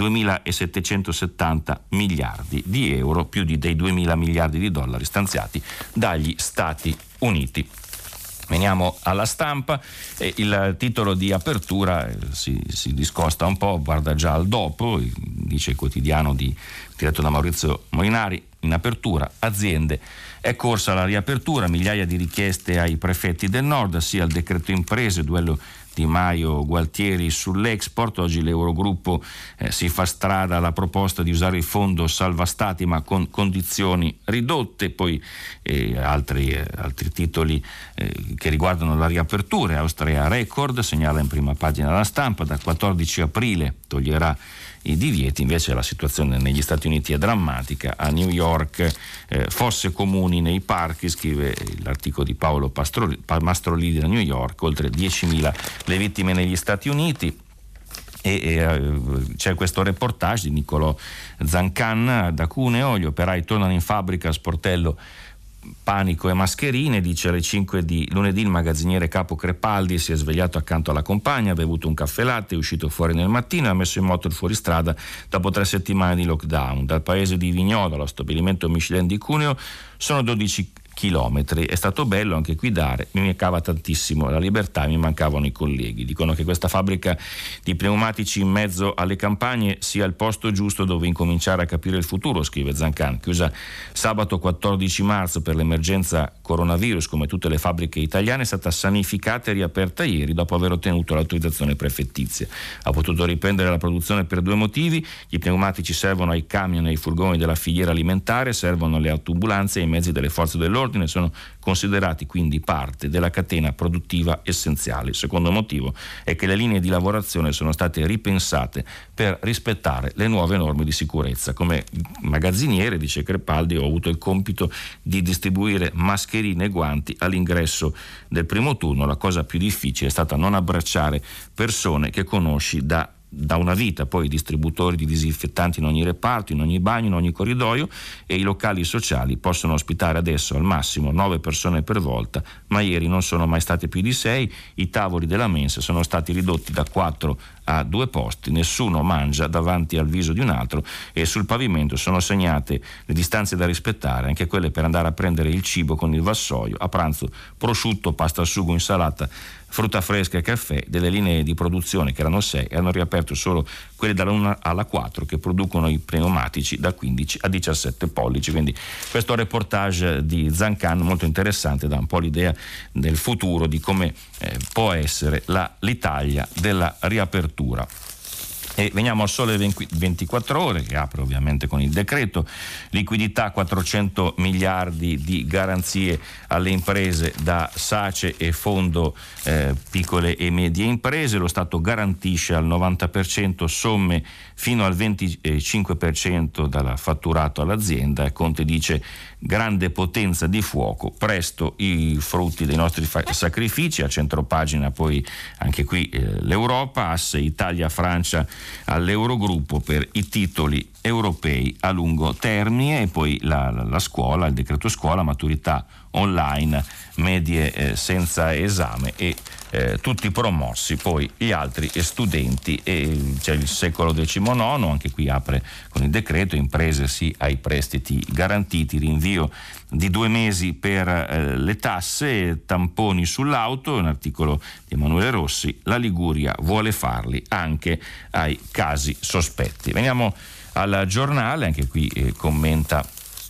duemilasettecentosettanta miliardi di euro, più di dei duemila miliardi di dollari stanziati dagli Stati Uniti. Veniamo alla Stampa, e il titolo di apertura si, si discosta un po', guarda già al dopo, dice il quotidiano di, diretto da Maurizio Molinari, in apertura: aziende, è corsa la riapertura, migliaia di richieste ai prefetti del nord, sia al decreto imprese, duello Di Maio Gualtieri sull'export. Oggi l'Eurogruppo eh, si fa strada alla proposta di usare il fondo salva stati ma con condizioni ridotte. Poi eh, altri, eh, altri titoli eh, che riguardano la riapertura. Austria record, segnala in prima pagina la Stampa, dal quattordici aprile toglierà i divieti, invece la situazione negli Stati Uniti è drammatica. A New York eh, fosse comuni nei parchi, scrive l'articolo di Paolo Pastroli, Mastrolini da New York, oltre diecimila le vittime negli Stati Uniti. E, e c'è questo reportage di Niccolò Zancan da Cuneo: gli operai tornano in fabbrica a sportello panico e mascherine, dice alle cinque di lunedì il magazziniere capo Crepaldi si è svegliato accanto alla compagna, ha bevuto un caffè latte, è uscito fuori nel mattino e ha messo in moto il fuoristrada dopo tre settimane di lockdown. Dal paese di Vignola allo stabilimento Michelin di Cuneo sono dodici chilometri. È stato bello anche guidare, mi mancava tantissimo la libertà, mi mancavano i colleghi. Dicono che questa fabbrica di pneumatici in mezzo alle campagne sia il posto giusto dove incominciare a capire il futuro, scrive Zancan. Chiusa sabato quattordici marzo per l'emergenza coronavirus, come tutte le fabbriche italiane, è stata sanificata e riaperta ieri dopo aver ottenuto l'autorizzazione prefettizia. Ha potuto riprendere la produzione per due motivi: gli pneumatici servono ai camion e ai furgoni della filiera alimentare, servono alle autoambulanze e ai mezzi delle forze dell'ordine, sono considerati quindi parte della catena produttiva essenziale. Il secondo motivo è che le linee di lavorazione sono state ripensate per rispettare le nuove norme di sicurezza. Come magazziniere, dice Crepaldi, ho avuto il compito di distribuire mascherine e guanti all'ingresso del primo turno. La cosa più difficile è stata non abbracciare persone che conosci da da una vita, poi distributori di disinfettanti in ogni reparto, in ogni bagno, in ogni corridoio, e i locali sociali possono ospitare adesso al massimo nove persone per volta, ma ieri non sono mai state più di sei. I tavoli della mensa sono stati ridotti da quattro a due posti, nessuno mangia davanti al viso di un altro e sul pavimento sono segnate le distanze da rispettare, anche quelle per andare a prendere il cibo con il vassoio. A pranzo prosciutto, pasta al sugo, insalata, frutta fresca e caffè. Delle linee di produzione che erano sei hanno riaperto solo quelle dalla uno alla quattro che producono i pneumatici da quindici a diciassette pollici. Quindi questo reportage di Zancan molto interessante, dà un po' l'idea del futuro, di come eh, può essere la, l'Italia della riapertura. E veniamo al Sole ventiquattro Ore, che apre ovviamente con il decreto liquidità, quattrocento miliardi di garanzie alle imprese da SACE e Fondo eh, Piccole e Medie Imprese. Lo Stato garantisce al novanta per cento somme fino al venticinque per cento dal fatturato all'azienda. Conte dice: grande potenza di fuoco, presto i frutti dei nostri fa- sacrifici. A centropagina poi anche qui eh, l'Europa, asse Italia-Francia all'Eurogruppo per i titoli europei a lungo termine, e poi la, la, la scuola, il decreto scuola, maturità online, medie eh, senza esame e eh, tutti promossi poi gli altri studenti. E c'è il secolo decimonono, anche qui apre con il decreto, imprese sì ai prestiti garantiti, rinvio di due mesi per eh, le tasse, tamponi sull'auto, un articolo di Emanuele Rossi, la Liguria vuole farli anche ai casi sospetti. Veniamo al Giornale, anche qui eh, commenta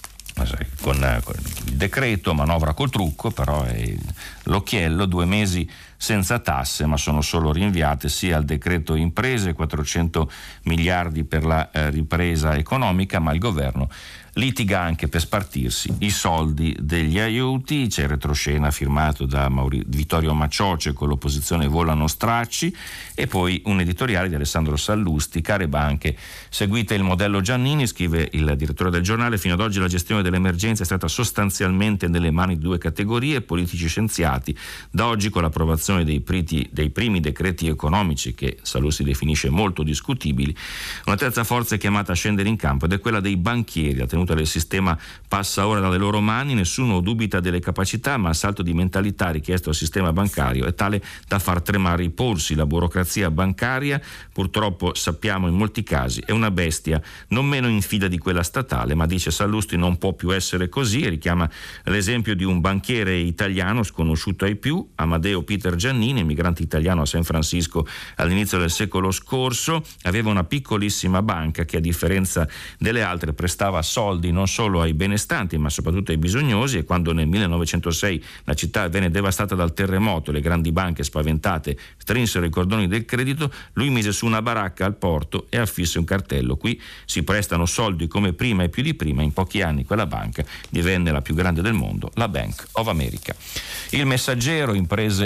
con, con il decreto, manovra col trucco, però è l'occhiello, due mesi senza tasse, ma sono solo rinviate sia al decreto imprese, quattrocento miliardi per la eh, ripresa economica, ma il governo litiga anche per spartirsi i soldi degli aiuti. C'è il retroscena firmato da Mauri- Vittorio Macioce con l'opposizione volano stracci, e poi un editoriale di Alessandro Sallusti, care banche, seguite il modello Giannini, scrive il direttore del Giornale. Fino ad oggi la gestione dell'emergenza è stata sostanzialmente nelle mani di due categorie, politici scienziati. Da oggi, con l'approvazione dei, priti, dei primi decreti economici, che Sallusti definisce molto discutibili, una terza forza è chiamata a scendere in campo, ed è quella dei banchieri. La tenuta del sistema passa ora dalle loro mani, nessuno dubita delle capacità, ma il salto di mentalità richiesto al sistema bancario è tale da far tremare i polsi. La burocrazia bancaria, purtroppo sappiamo in molti casi, è una bestia non meno infida di quella statale, ma dice Sallusti non può più essere così, e richiama l'esempio di un banchiere italiano sconosciuto ai più, Amadeo Peter Giannini, emigrante italiano a San Francisco all'inizio del secolo scorso. Aveva una piccolissima banca che, a differenza delle altre, prestava soldi non solo ai benestanti ma soprattutto ai bisognosi, e quando nel millenovecentosei la città venne devastata dal terremoto e le grandi banche spaventate strinsero i cordoni del credito, lui mise su una baracca al porto e affisse un cartello: qui si prestano soldi come prima e più di prima. In pochi anni quella banca divenne la più grande del mondo, la Bank of America. Il Messaggero, imprese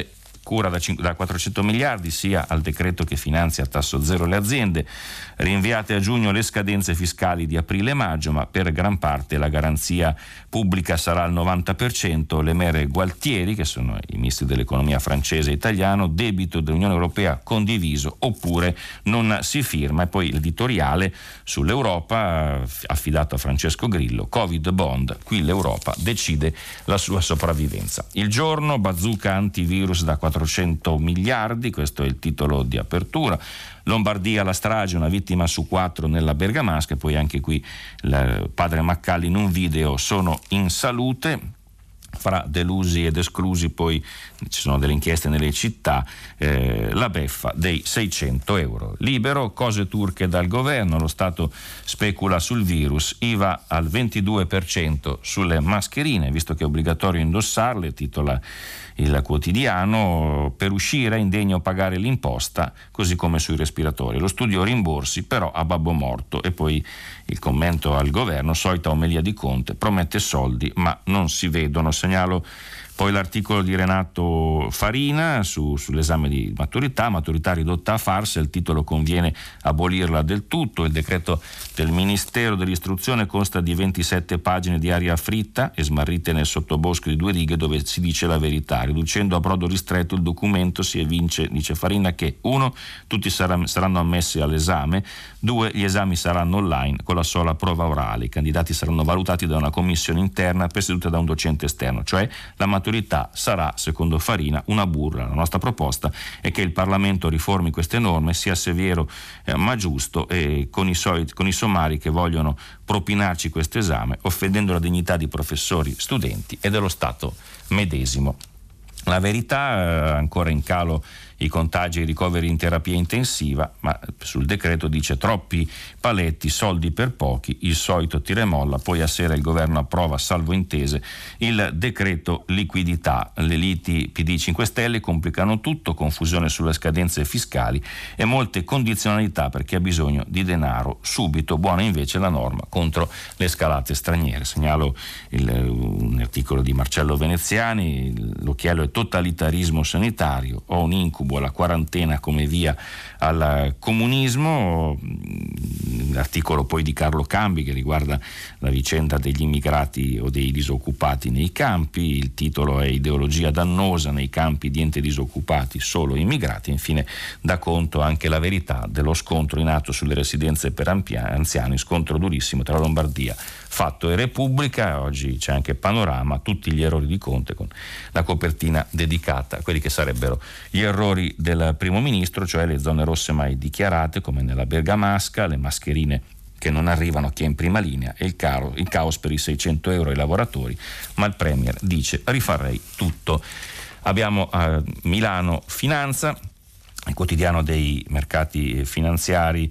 cura da, da quattrocento miliardi, sia al decreto che finanzia a tasso zero le aziende, rinviate a giugno le scadenze fiscali di aprile e maggio, ma per gran parte la garanzia pubblica sarà al novanta per cento. Le mere Gualtieri, che sono i ministri dell'economia francese e italiano, debito dell'Unione Europea condiviso oppure non si firma. E poi l'editoriale sull'Europa affidato a Francesco Grillo, Covid bond, qui l'Europa decide la sua sopravvivenza. Il Giorno, bazooka antivirus da quattrocento miliardi, questo è il titolo di apertura. Lombardia, la strage, una vittima su quattro nella bergamasca, e poi anche qui il padre Maccalli in un video, sono in salute. Fra delusi ed esclusi poi ci sono delle inchieste nelle città, eh, la beffa dei seicento euro. Libero, cose turche dal governo, lo Stato specula sul virus, I V A al ventidue per cento sulle mascherine, visto che è obbligatorio indossarle, titola il quotidiano. Per uscire è indegno pagare l'imposta, così come sui respiratori. Lo studio rimborsi però a babbo morto. E poi il commento al governo, solita omelia di Conte, promette soldi ma non si vedono. Segnalo poi l'articolo di Renato Farina su, sull'esame di maturità, maturità ridotta a farsa, il titolo conviene abolirla del tutto. Il decreto del Ministero dell'Istruzione consta di ventisette pagine di aria fritta e smarrite nel sottobosco di due righe dove si dice la verità. Riducendo a brodo ristretto il documento si evince, dice Farina, che uno, tutti saranno, saranno ammessi all'esame, due, gli esami saranno online con la sola prova orale, i candidati saranno valutati da una commissione interna presieduta da un docente esterno, cioè la maturità sarà, secondo Farina, una burla. La nostra proposta è che il Parlamento riformi queste norme, sia severo eh, ma giusto, e con i, soliti, con i sommari che vogliono propinarci questo esame, offendendo la dignità di professori, studenti e dello Stato medesimo. La Verità, eh, ancora in calo i contagi e i ricoveri in terapia intensiva, ma sul decreto dice troppi paletti, soldi per pochi, il solito tira e molla. Poi a sera il governo approva, salvo intese, il decreto liquidità. Le liti P D cinque Stelle complicano tutto, confusione sulle scadenze fiscali e molte condizionalità per chi ha bisogno di denaro subito. Buona invece la norma contro le scalate straniere. Segnalo il, un articolo di Marcello Veneziani, l'occhiello è totalitarismo sanitario, ho un incubo, la quarantena come via al comunismo. L'articolo poi di Carlo Cambi che riguarda la vicenda degli immigrati o dei disoccupati nei campi, il titolo è ideologia dannosa nei campi di ente disoccupati solo immigrati. Infine dà conto anche La Verità dello scontro in atto sulle residenze per anziani, scontro durissimo tra Lombardia, Fatto e Repubblica. Oggi c'è anche Panorama, tutti gli errori di Conte, con la copertina dedicata a quelli che sarebbero gli errori del primo ministro, cioè le zone rosse mai dichiarate come nella bergamasca, le mascherine che non arrivano a chi è in prima linea e il, caro, il caos per i seicento euro ai lavoratori, ma il Premier dice rifarei tutto. Abbiamo a Milano Finanza, il quotidiano dei mercati finanziari,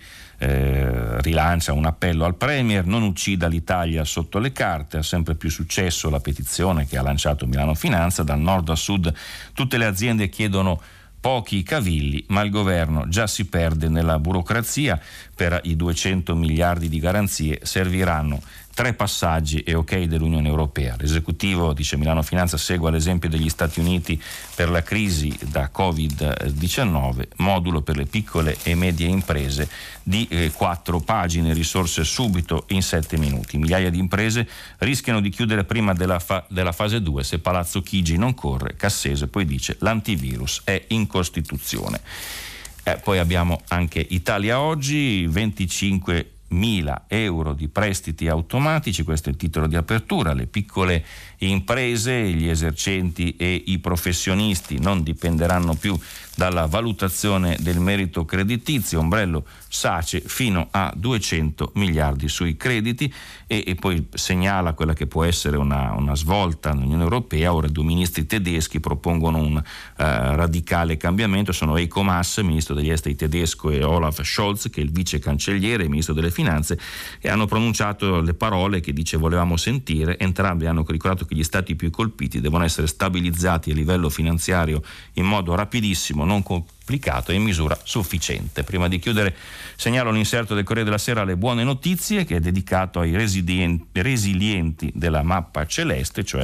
eh, rilancia un appello al Premier: non uccida l'Italia sotto le carte. Ha sempre più successo la petizione che ha lanciato Milano Finanza, dal nord a sud tutte le aziende chiedono pochi cavilli, ma il governo già si perde nella burocrazia. Per i duecento miliardi di garanzie serviranno tre passaggi e ok dell'Unione Europea. L'esecutivo, dice Milano Finanza, segue l'esempio degli Stati Uniti per la crisi da covid diciannove, modulo per le piccole e medie imprese di eh, quattro pagine, risorse subito in sette minuti. Migliaia di imprese rischiano di chiudere prima della, fa- della fase due se Palazzo Chigi non corre. Cassese poi dice l'antivirus è in Costituzione. Eh, poi abbiamo anche Italia Oggi, venticinque mila euro di prestiti automatici, questo è il titolo di apertura. Le piccole imprese, gli esercenti e i professionisti non dipenderanno più dalla valutazione del merito creditizio, ombrello SACE fino a duecento miliardi sui crediti. E, e poi segnala quella che può essere una, una svolta nell'Unione Europea. Ora due ministri tedeschi propongono un uh, radicale cambiamento, sono Heiko Maas, ministro degli esteri tedesco, e Olaf Scholz, che è il vice cancelliere e ministro delle finanze, e hanno pronunciato le parole che dice volevamo sentire. Entrambi hanno ricordato che gli stati più colpiti devono essere stabilizzati a livello finanziario in modo rapidissimo, non complicato e in misura sufficiente. Prima di chiudere segnalo l'inserto del Corriere della Sera alle buone notizie, che è dedicato ai resilienti della mappa celeste, cioè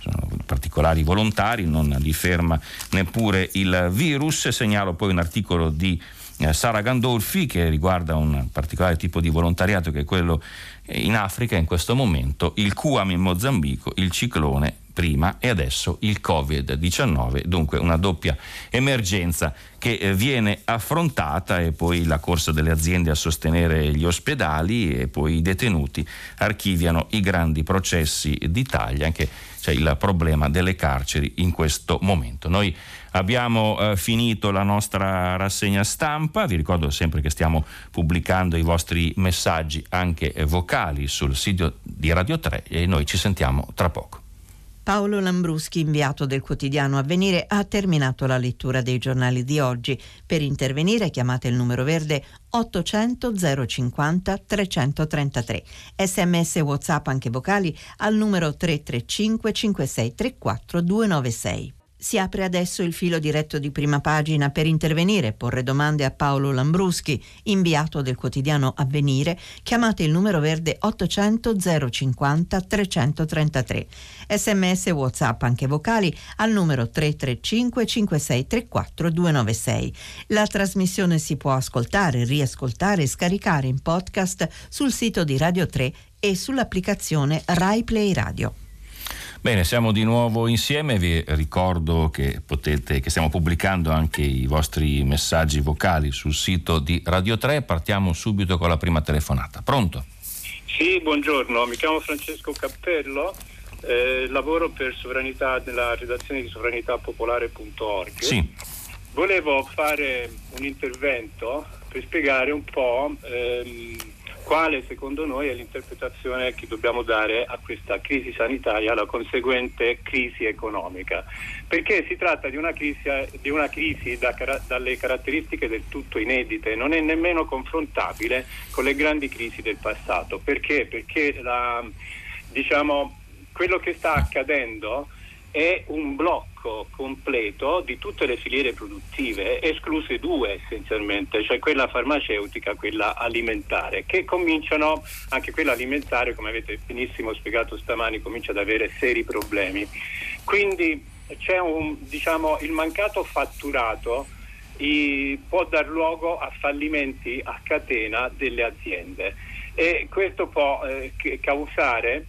sono particolari volontari, non li ferma neppure il virus. Segnalo poi un articolo di eh, Sara Gandolfi che riguarda un particolare tipo di volontariato, che è quello in Africa in questo momento, il Cuam in Mozambico, il ciclone prima e adesso il covid diciannove, dunque una doppia emergenza che viene affrontata, e poi la corsa delle aziende a sostenere gli ospedali, e poi i detenuti archiviano i grandi processi d'Italia, anche c'è il problema delle carceri in questo momento. Noi abbiamo eh, finito la nostra rassegna stampa, vi ricordo sempre che stiamo pubblicando i vostri messaggi anche eh, vocali sul sito di Radio tre, e noi ci sentiamo tra poco. Paolo Lambruschi, inviato del quotidiano Avvenire, ha terminato la lettura dei giornali di oggi. Per intervenire chiamate il numero verde ottocento zero cinquanta trecentotrentatré. Sms e WhatsApp anche vocali al numero tre tre cinque cinque sei tre quattro due nove sei. Si apre adesso il filo diretto di Prima Pagina per intervenire e porre domande a Paolo Lambruschi, inviato del quotidiano Avvenire. Chiamate il numero verde ottocento zero cinquanta trecentotrentatré. Sms e WhatsApp anche vocali al numero tre tre cinque cinque sei tre quattro due nove sei. La trasmissione si può ascoltare, riascoltare e scaricare in podcast sul sito di Radio tre e sull'applicazione Rai Play Radio. Bene, siamo di nuovo insieme, vi ricordo che potete, che stiamo pubblicando anche i vostri messaggi vocali sul sito di Radio tre. Partiamo subito con la prima telefonata. Pronto? Sì, buongiorno, mi chiamo Francesco Cappello, eh, lavoro per Sovranità nella redazione di sovranità popolare punto org. Sì. Volevo fare un intervento per spiegare un po' ehm, quale secondo noi è l'interpretazione che dobbiamo dare a questa crisi sanitaria, alla conseguente crisi economica, perché si tratta di una crisi, di una crisi da, dalle caratteristiche del tutto inedite, non è nemmeno confrontabile con le grandi crisi del passato. Perché? Perché la, diciamo, quello che sta accadendo è un blocco completo di tutte le filiere produttive, escluse due essenzialmente, cioè quella farmaceutica e quella alimentare, che cominciano, anche quella alimentare, come avete benissimo spiegato stamani, comincia ad avere seri problemi. Quindi c'è un, diciamo, il mancato fatturato i, può dar luogo a fallimenti a catena delle aziende, e questo può eh, causare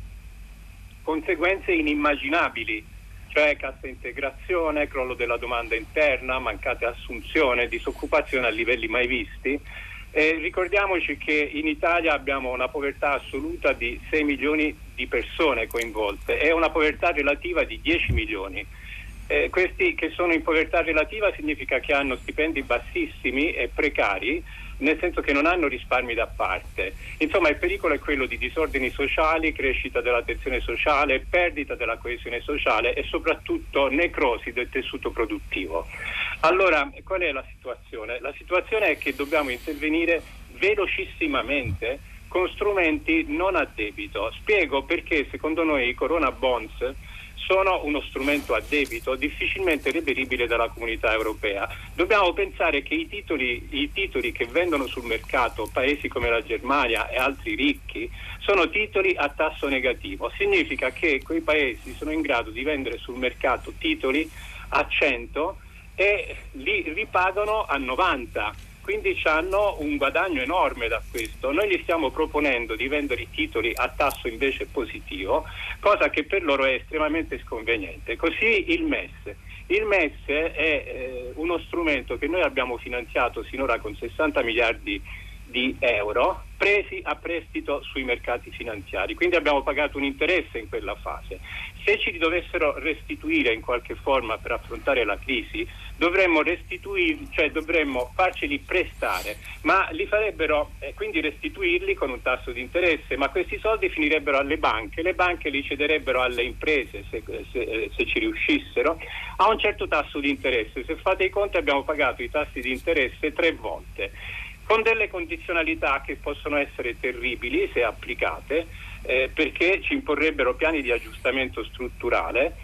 conseguenze inimmaginabili, cioè cassa integrazione, crollo della domanda interna, mancate assunzioni, disoccupazione a livelli mai visti. Eh, ricordiamoci che in Italia abbiamo una povertà assoluta di sei milioni di persone coinvolte e una povertà relativa di dieci milioni. Eh, questi che sono in povertà relativa significa che hanno stipendi bassissimi e precari, nel senso che non hanno risparmi da parte. Insomma, il pericolo è quello di disordini sociali, crescita della tensione sociale, perdita della coesione sociale e soprattutto necrosi del tessuto produttivo. Allora, qual è la situazione? La situazione è che dobbiamo intervenire velocissimamente con strumenti non a debito. Spiego perché secondo noi i Corona Bonds sono uno strumento a debito difficilmente reperibile dalla comunità europea. Dobbiamo pensare che i titoli, i titoli che vendono sul mercato paesi come la Germania e altri ricchi sono titoli a tasso negativo. Significa che quei paesi sono in grado di vendere sul mercato titoli a cento e li ripagano a novanta. Quindi hanno un guadagno enorme da questo. Noi gli stiamo proponendo di vendere i titoli a tasso invece positivo, cosa che per loro è estremamente sconveniente. Così il M E S. Il M E S è eh, uno strumento che noi abbiamo finanziato sinora con sessanta miliardi di euro presi a prestito sui mercati finanziari, quindi abbiamo pagato un interesse in quella fase. Se ci dovessero restituire in qualche forma per affrontare la crisi, dovremmo restituirli, cioè dovremmo farceli prestare, ma li farebbero, eh, quindi restituirli con un tasso di interesse, ma questi soldi finirebbero alle banche, le banche li cederebbero alle imprese se, se, se ci riuscissero a un certo tasso di interesse. Se fate i conti abbiamo pagato i tassi di interesse tre volte, con delle condizionalità che possono essere terribili se applicate, eh, perché ci imporrebbero piani di aggiustamento strutturale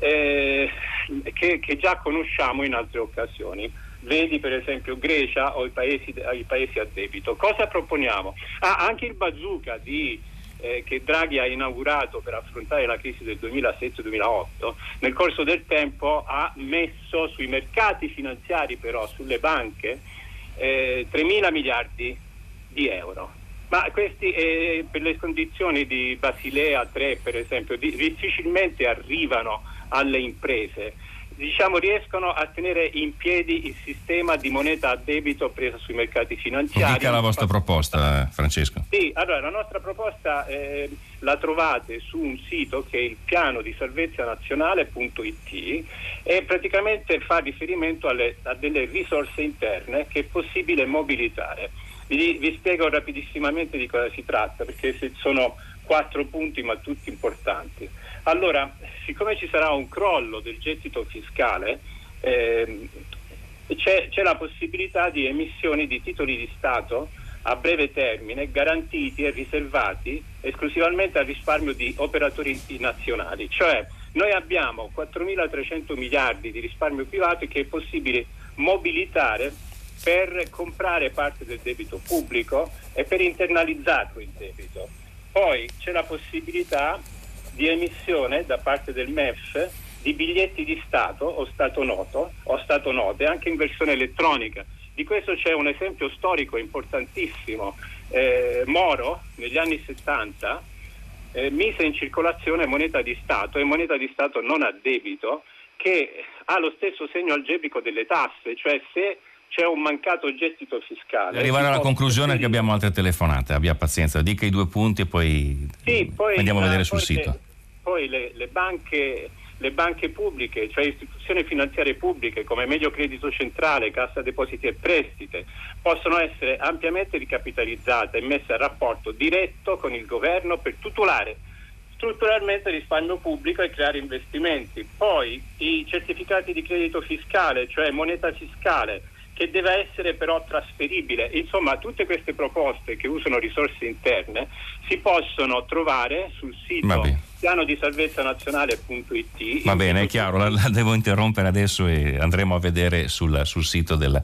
eh, che, che già conosciamo in altre occasioni. Vedi per esempio Grecia o i paesi, i paesi a debito. Cosa proponiamo? Ah, anche il bazooka di eh, che Draghi ha inaugurato per affrontare la crisi del duemilasette duemilaotto, nel corso del tempo ha messo sui mercati finanziari, però sulle banche, eh, tremila miliardi di euro. Ma questi eh, per le condizioni di Basilea tre, per esempio, di, difficilmente arrivano alle imprese. Diciamo, riescono a tenere in piedi il sistema di moneta a debito presa sui mercati finanziari. Dica la vostra proposta, Francesco. Sì, allora la nostra proposta eh, la trovate su un sito che è il piano di salvezza nazionale punto it e praticamente fa riferimento alle, a delle risorse interne che è possibile mobilitare. Vi, vi spiego rapidissimamente di cosa si tratta, perché sono quattro punti ma tutti importanti. Allora, siccome ci sarà un crollo del gettito fiscale, eh, c'è, c'è la possibilità di emissioni di titoli di Stato a breve termine, garantiti e riservati esclusivamente al risparmio di operatori nazionali. Cioè, noi abbiamo quattromilatrecento miliardi di risparmio privato che è possibile mobilitare per comprare parte del debito pubblico e per internalizzarlo il debito. Poi c'è la possibilità di emissione da parte del M E F di biglietti di Stato o Stato noto o Stato note anche in versione elettronica. Di questo c'è un esempio storico importantissimo. Eh, Moro negli anni settanta eh, mise in circolazione moneta di Stato e moneta di Stato non a debito, che ha lo stesso segno algebrico delle tasse, cioè se c'è un mancato gettito fiscale. Arrivare alla conclusione che abbiamo altre telefonate, abbia pazienza, dica i due punti e poi, sì, poi andiamo a vedere uh, sul poi sito. Le, poi le, le banche le banche pubbliche, cioè istituzioni finanziarie pubbliche come Mediocredito Centrale, Cassa Depositi e Prestiti, possono essere ampiamente ricapitalizzate e messe a rapporto diretto con il governo per tutelare strutturalmente il risparmio pubblico e creare investimenti. Poi i certificati di credito fiscale, cioè moneta fiscale, che deve essere però trasferibile. Insomma, tutte queste proposte che usano risorse interne si possono trovare sul sito piano di salvezza nazionale punto it. Va bene, è chiaro, la, la devo interrompere adesso e andremo a vedere sul, sul sito del,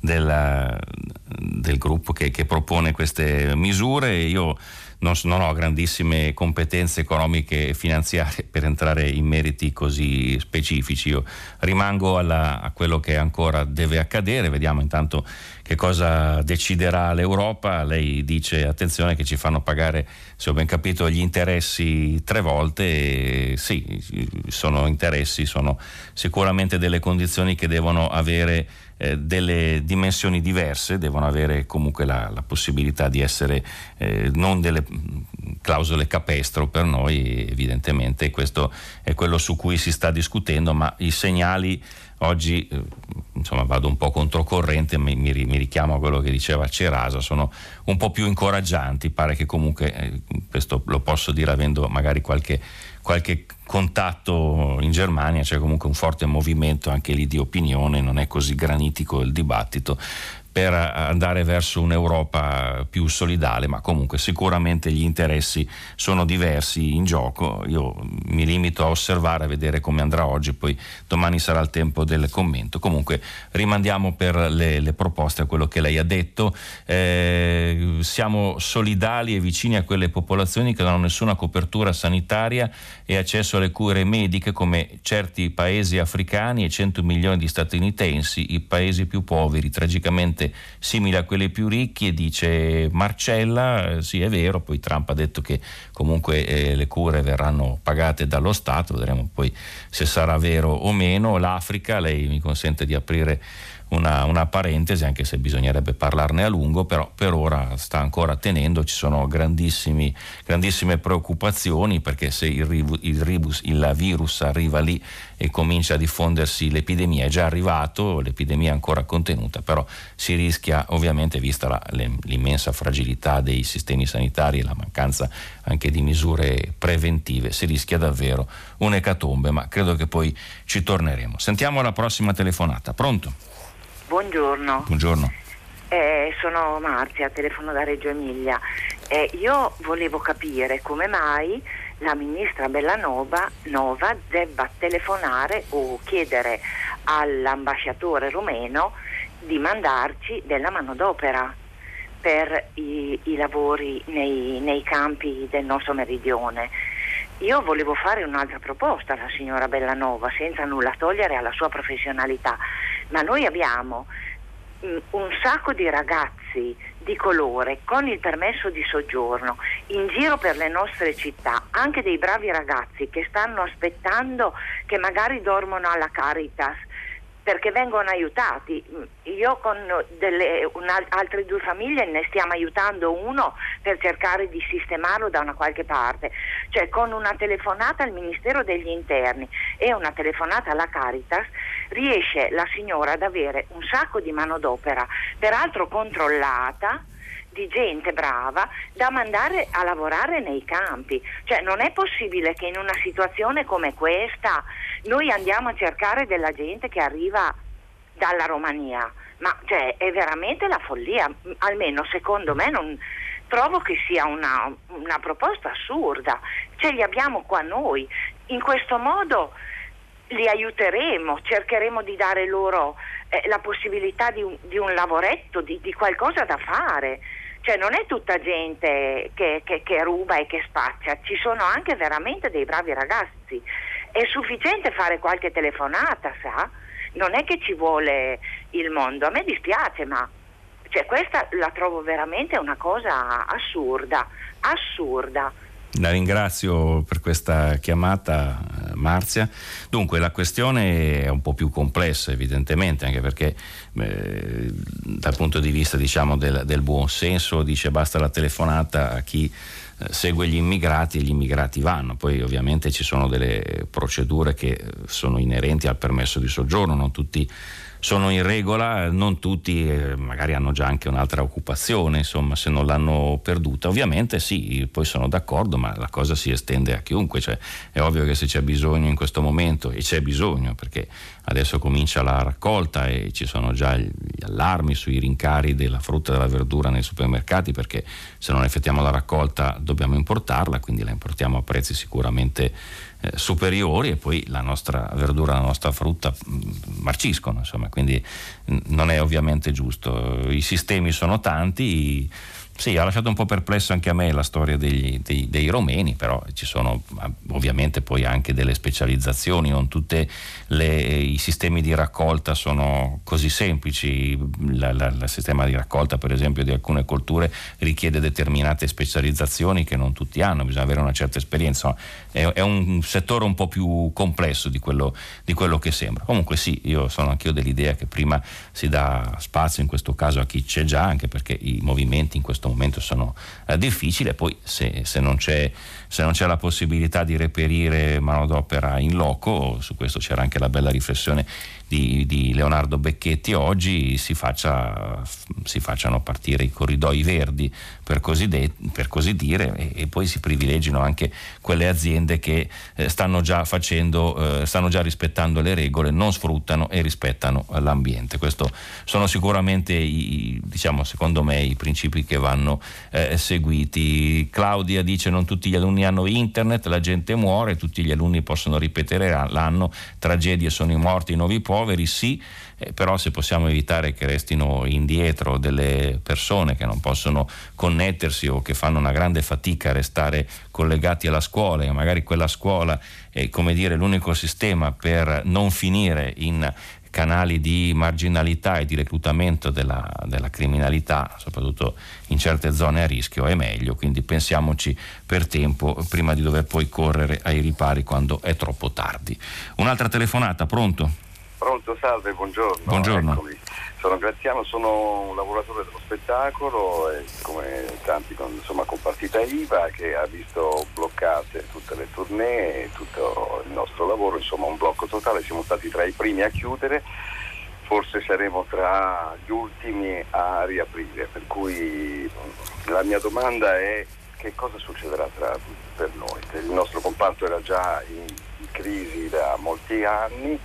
del, del gruppo che, che propone queste misure. Io non, non ho grandissime competenze economiche e finanziarie per entrare in meriti così specifici. Io rimango alla, a quello che ancora deve accadere. Vediamo intanto che cosa deciderà l'Europa. Lei dice attenzione che ci fanno pagare, se ho ben capito, gli interessi tre volte. E sì, sono interessi, sono sicuramente delle condizioni che devono avere eh, delle dimensioni diverse, devono avere comunque la, la possibilità di essere eh, non delle clausole capestro per noi, evidentemente questo è quello su cui si sta discutendo, ma i segnali oggi, eh, insomma, vado un po' controcorrente, mi, mi, mi richiamo a quello che diceva Cerasa, sono un po' più incoraggianti. Pare che comunque, eh, questo lo posso dire avendo magari qualche, qualche contatto in Germania, c'è comunque un forte movimento anche lì di opinione, non è così granitico il dibattito, per andare verso un'Europa più solidale, ma comunque sicuramente gli interessi sono diversi in gioco. Io mi limito a osservare, a vedere come andrà oggi, poi domani sarà il tempo del commento. Comunque rimandiamo per le, le proposte a quello che lei ha detto. Eh, siamo solidali e vicini a quelle popolazioni che non hanno nessuna copertura sanitaria e accesso alle cure mediche, come certi paesi africani e cento milioni di statunitensi, i paesi più poveri, tragicamente simili a quelli più ricchi. E dice Marcella, eh, sì, è vero, poi Trump ha detto che comunque eh, le cure verranno pagate dallo Stato, vedremo poi se sarà vero o meno. L'Africa, lei mi consente di aprire una, una parentesi, anche se bisognerebbe parlarne a lungo, però per ora sta ancora tenendo, ci sono grandissimi, grandissime preoccupazioni, perché se il, il, ribus, il virus arriva lì e comincia a diffondersi, l'epidemia è già arrivato, l'epidemia è ancora contenuta, però si rischia, ovviamente, vista la, le, l'immensa fragilità dei sistemi sanitari e la mancanza anche di misure preventive, si rischia davvero un'ecatombe, ma credo che poi ci torneremo. Sentiamo la prossima telefonata. Pronto? Buongiorno. Buongiorno. Eh, sono Marzia, telefono da Reggio Emilia. Eh, io volevo capire come mai la ministra Bellanova Nova debba telefonare o chiedere all'ambasciatore rumeno di mandarci della manodopera, per i, i lavori nei, nei campi del nostro meridione. Io volevo fare un'altra proposta alla signora Bellanova, senza nulla togliere alla sua professionalità, ma noi abbiamo mh, un sacco di ragazzi di colore con il permesso di soggiorno in giro per le nostre città, anche dei bravi ragazzi che stanno aspettando, che magari dormono alla Caritas perché vengono aiutati. Io con delle, una, altre due famiglie ne stiamo aiutando uno per cercare di sistemarlo da una qualche parte, cioè con una telefonata al Ministero degli Interni e una telefonata alla Caritas riesce la signora ad avere un sacco di manodopera, peraltro controllata, di gente brava da mandare a lavorare nei campi. Cioè non è possibile che in una situazione come questa noi andiamo a cercare della gente che arriva dalla Romania, ma cioè è veramente la follia, almeno secondo me non trovo che sia una, una proposta assurda. Ce li abbiamo qua noi, in questo modo li aiuteremo, cercheremo di dare loro eh, la possibilità di un, di un lavoretto, di, di qualcosa da fare. Cioè non è tutta gente che, che, che ruba e che spaccia, ci sono anche veramente dei bravi ragazzi. È sufficiente fare qualche telefonata, sa? Non è che ci vuole il mondo. A me dispiace, ma cioè, questa la trovo veramente una cosa assurda, assurda. La ringrazio per questa chiamata, Marzia. Dunque la questione è un po' più complessa evidentemente, anche perché eh, dal punto di vista diciamo del, del buon senso dice basta la telefonata a chi eh, segue gli immigrati e gli immigrati vanno. Poi ovviamente ci sono delle procedure che sono inerenti al permesso di soggiorno, non tutti sono in regola, non tutti eh, magari hanno già anche un'altra occupazione, insomma, se non l'hanno perduta. Ovviamente sì, poi sono d'accordo, ma la cosa si estende a chiunque, cioè è ovvio che se c'è bisogno in questo momento, e c'è bisogno perché adesso comincia la raccolta e ci sono già gli allarmi sui rincari della frutta e della verdura nei supermercati, perché se non effettuiamo la raccolta dobbiamo importarla, quindi la importiamo a prezzi sicuramente eh, superiori e poi la nostra verdura, la nostra frutta mh, marciscono, insomma, quindi mh, non è ovviamente giusto. I sistemi sono tanti. Sì, ha lasciato un po' perplesso anche a me la storia degli, dei, dei romeni, però ci sono ovviamente poi anche delle specializzazioni, non tutti i sistemi di raccolta sono così semplici. La, la, il sistema di raccolta per esempio di alcune colture richiede determinate specializzazioni che non tutti hanno, bisogna avere una certa esperienza, è, è un settore un po' più complesso di quello, di quello che sembra. Comunque sì, io sono anch'io dell'idea che prima si dà spazio in questo caso a chi c'è già, anche perché i movimenti in questo momento sono eh, difficili, e poi se, se, non c'è, se non c'è la possibilità di reperire manodopera in loco, su questo c'era anche la bella riflessione di, di Leonardo Becchetti oggi, si, faccia, si facciano partire i corridoi verdi per così, de, per così dire, e, e poi si privilegino anche quelle aziende che eh, stanno già facendo, eh, stanno già rispettando le regole, non sfruttano e rispettano l'ambiente. Questo sono sicuramente i, diciamo, secondo me i principi che vanno eh, seguiti. Claudia dice non tutti gli alunni hanno internet, la gente muore, tutti gli alunni possono ripetere l'anno, tragedie sono i morti, i nuovi poveri, sì, eh, però se possiamo evitare che restino indietro delle persone che non possono connettersi o che fanno una grande fatica a restare collegati alla scuola, e magari quella scuola è, come dire, l'unico sistema per non finire in canali di marginalità e di reclutamento della, della criminalità, soprattutto in certe zone a rischio, è meglio. Quindi pensiamoci per tempo prima di dover poi correre ai ripari quando è troppo tardi. Un'altra telefonata, pronto? Pronto, salve, buongiorno. Buongiorno. Eccomi. Sono Graziano, sono un lavoratore dello spettacolo e come tanti con, insomma, con partita I V A che ha visto bloccate tutte le tournée e tutto il nostro lavoro, insomma un blocco totale, siamo stati tra i primi a chiudere, forse saremo tra gli ultimi a riaprire, per cui la mia domanda è che cosa succederà tra, per noi. Il nostro comparto era già in, in crisi da molti anni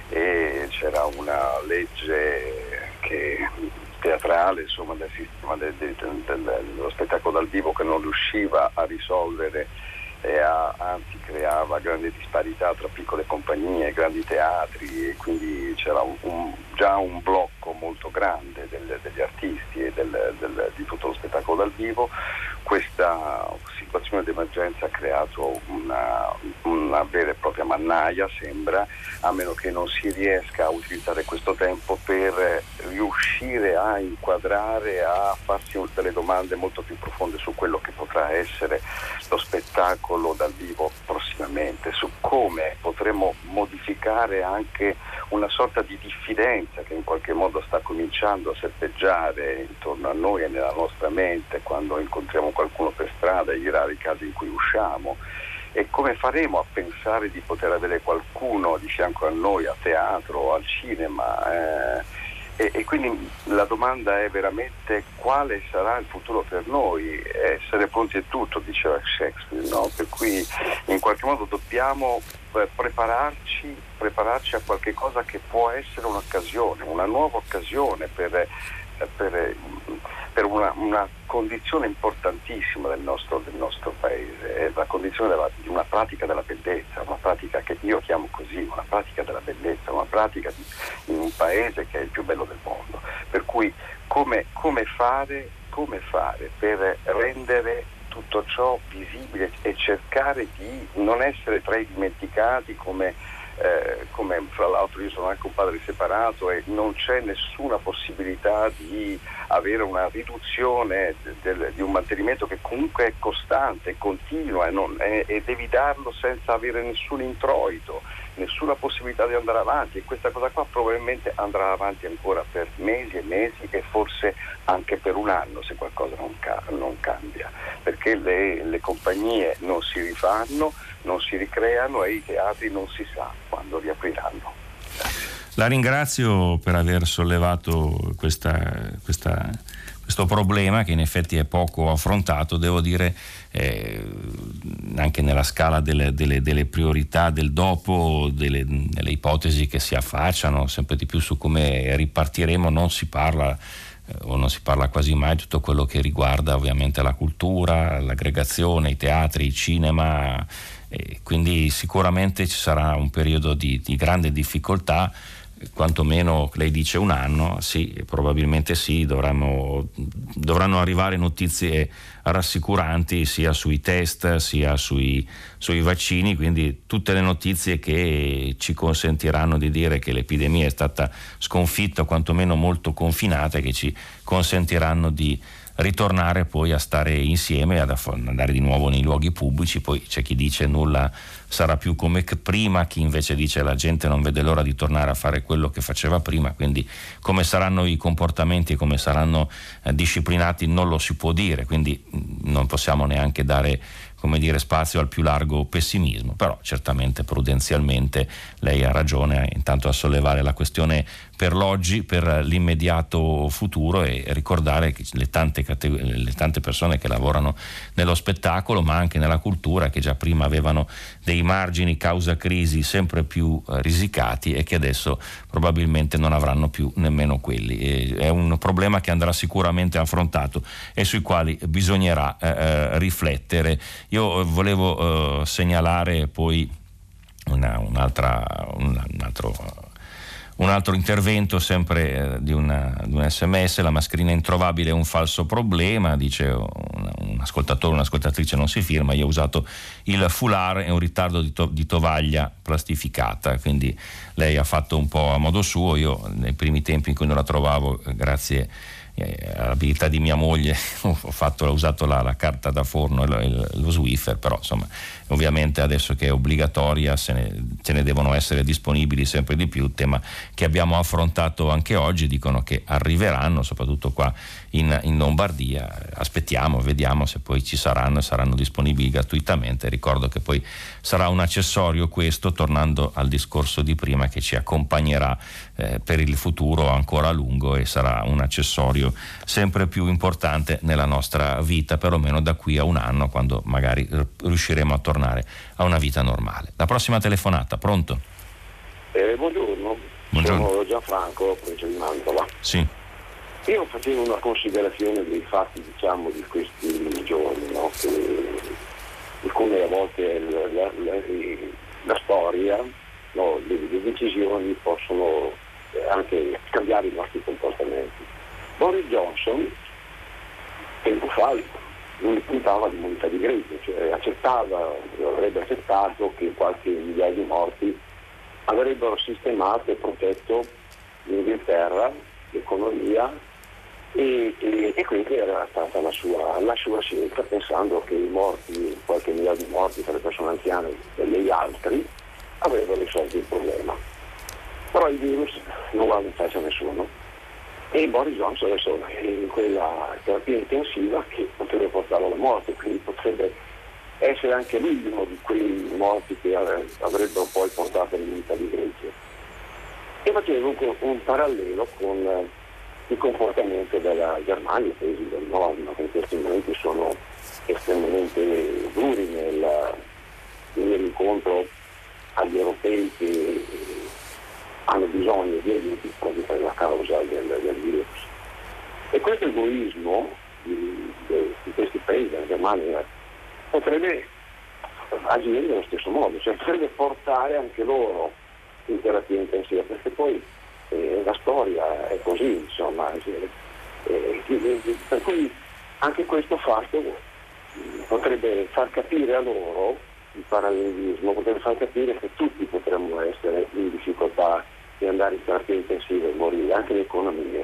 e c'era una legge che, teatrale, insomma, del sistema del, del, del, dello spettacolo dal vivo che non riusciva a risolvere e a, anzi creava grande disparità tra piccole compagnie e grandi teatri, e quindi c'era un, un, già un blocco panico molto grande del, degli artisti e del, del, di tutto lo spettacolo dal vivo. Questa situazione d'emergenza ha creato una, una vera e propria mannaia, sembra, a meno che non si riesca a utilizzare questo tempo per riuscire a inquadrare, a farsi delle domande molto più profonde su quello che potrà essere lo spettacolo dal vivo prossimamente, su come potremo modificare anche una sorta di diffidenza che in qualche modo sta cominciando a serpeggiare intorno a noi e nella nostra mente quando incontriamo qualcuno per strada, i rari casi in cui usciamo, e come faremo a pensare di poter avere qualcuno di fianco a noi a teatro o al cinema, eh, e, e quindi la domanda è veramente quale sarà il futuro per noi. Essere pronti è tutto, diceva Shakespeare, no? Per cui in qualche modo dobbiamo prepararci prepararci a qualche cosa che può essere un'occasione, una nuova occasione per, per, per una, una condizione importantissima del nostro, del nostro paese, è la condizione della, di una pratica della bellezza, una pratica che io chiamo così, una pratica della bellezza, una pratica di, in un paese che è il più bello del mondo. Per cui come, come fare, come fare per rendere tutto ciò visibile e cercare di non essere tra i dimenticati, come, eh, come fra l'altro io sono anche un padre separato e non c'è nessuna possibilità di avere una riduzione del, di un mantenimento che comunque è costante, continua, e, non, e, e devi darlo senza avere nessun introito, nessuna possibilità di andare avanti, e questa cosa qua probabilmente andrà avanti ancora per mesi e mesi e forse anche per un anno se qualcosa non, ca- non cambia, perché le, le compagnie non si rifanno, non si ricreano e i teatri non si sa quando riapriranno. La ringrazio per aver sollevato questa, questa, questo problema che in effetti è poco affrontato, devo dire, eh, anche nella scala delle, delle, delle priorità del dopo, delle, delle ipotesi che si affacciano sempre di più su come ripartiremo, non si parla eh, o non si parla quasi mai di tutto quello che riguarda ovviamente la cultura, l'aggregazione, i teatri, il cinema, e quindi sicuramente ci sarà un periodo di, di grande difficoltà. Quantomeno lei dice un anno, sì, probabilmente sì, dovremmo, dovranno arrivare notizie rassicuranti sia sui test sia sui, sui vaccini, quindi tutte le notizie che ci consentiranno di dire che l'epidemia è stata sconfitta o quantomeno molto confinata, che ci consentiranno di ritornare poi a stare insieme, ad andare di nuovo nei luoghi pubblici. Poi c'è chi dice nulla sarà più come prima, chi invece dice la gente non vede l'ora di tornare a fare quello che faceva prima, quindi come saranno i comportamenti e come saranno eh, disciplinati non lo si può dire, quindi mh, non possiamo neanche dare, come dire, spazio al più largo pessimismo, però certamente prudenzialmente lei ha ragione intanto a sollevare la questione per l'oggi, per l'immediato futuro, e ricordare che le tante, categ- le tante persone che lavorano nello spettacolo ma anche nella cultura, che già prima avevano dei margini causa crisi sempre più eh, risicati e che adesso probabilmente non avranno più nemmeno quelli. E è un problema che andrà sicuramente affrontato e sui quali bisognerà eh, riflettere. Io volevo eh, segnalare poi una, un'altra, un, un altro Un altro intervento sempre eh, di, una, di un sms: la mascherina introvabile è un falso problema, dice un, un ascoltatore, un'ascoltatrice, non si firma, io ho usato il foulard, è un ritardo di, to, di tovaglia plastificata, quindi lei ha fatto un po' a modo suo. Io nei primi tempi in cui non la trovavo, grazie all'abilità di mia moglie, ho, fatto, ho usato la, la carta da forno e lo, lo Swiffer, però insomma ovviamente adesso che è obbligatoria se ne, ce ne devono essere disponibili sempre di più, tema che abbiamo affrontato anche oggi. Dicono che arriveranno soprattutto qua in, in Lombardia, aspettiamo, vediamo se poi ci saranno e saranno disponibili gratuitamente. Ricordo che poi sarà un accessorio questo, tornando al discorso di prima, che ci accompagnerà eh, per il futuro ancora a lungo e sarà un accessorio sempre più importante nella nostra vita, perlomeno da qui a un anno, quando magari riusciremo a tornare a una vita normale. La prossima telefonata, pronto? Eh, buongiorno. Buongiorno, sono Gianfranco, provincia di Mantova. Sì. Io facevo una considerazione dei fatti, diciamo, di questi giorni, no? Che, di come a volte la, la, la, la storia, no? le, le decisioni possono anche cambiare i nostri comportamenti. Boris Johnson tempo fa non puntava all'immunità di gregge, cioè accettava, avrebbe accettato che qualche migliaia di morti avrebbero sistemato e protetto l'Inghilterra, l'economia, e, e, e quindi era stata la sua, la sua scelta, pensando che i morti, qualche migliaia di morti tra le persone anziane e gli altri avrebbero risolto il problema. Però il virus non guarda in faccia a nessuno e Boris Johnson adesso è in quella terapia intensiva che potrebbe portarlo alla morte, quindi potrebbe essere anche lui uno di quei morti che avrebbero poi portato all'immunità di gregge. E facevo un, un parallelo con eh, il comportamento della Germania, i paesi del nord, no, che in questi momenti sono estremamente duri nel, nell'incontro agli europei che hanno bisogno di aiuti proprio per la causa del, del virus. E questo egoismo di, di questi paesi, della Germania, potrebbe agire nello stesso modo, cioè potrebbe portare anche loro in terapia intensiva, perché poi eh, la storia è così, insomma, eh, eh, per cui anche questo fatto potrebbe far capire a loro il parallelismo, potrebbe far capire che tutti potremmo essere in difficoltà di andare in terapia intensiva e morire, anche le economie.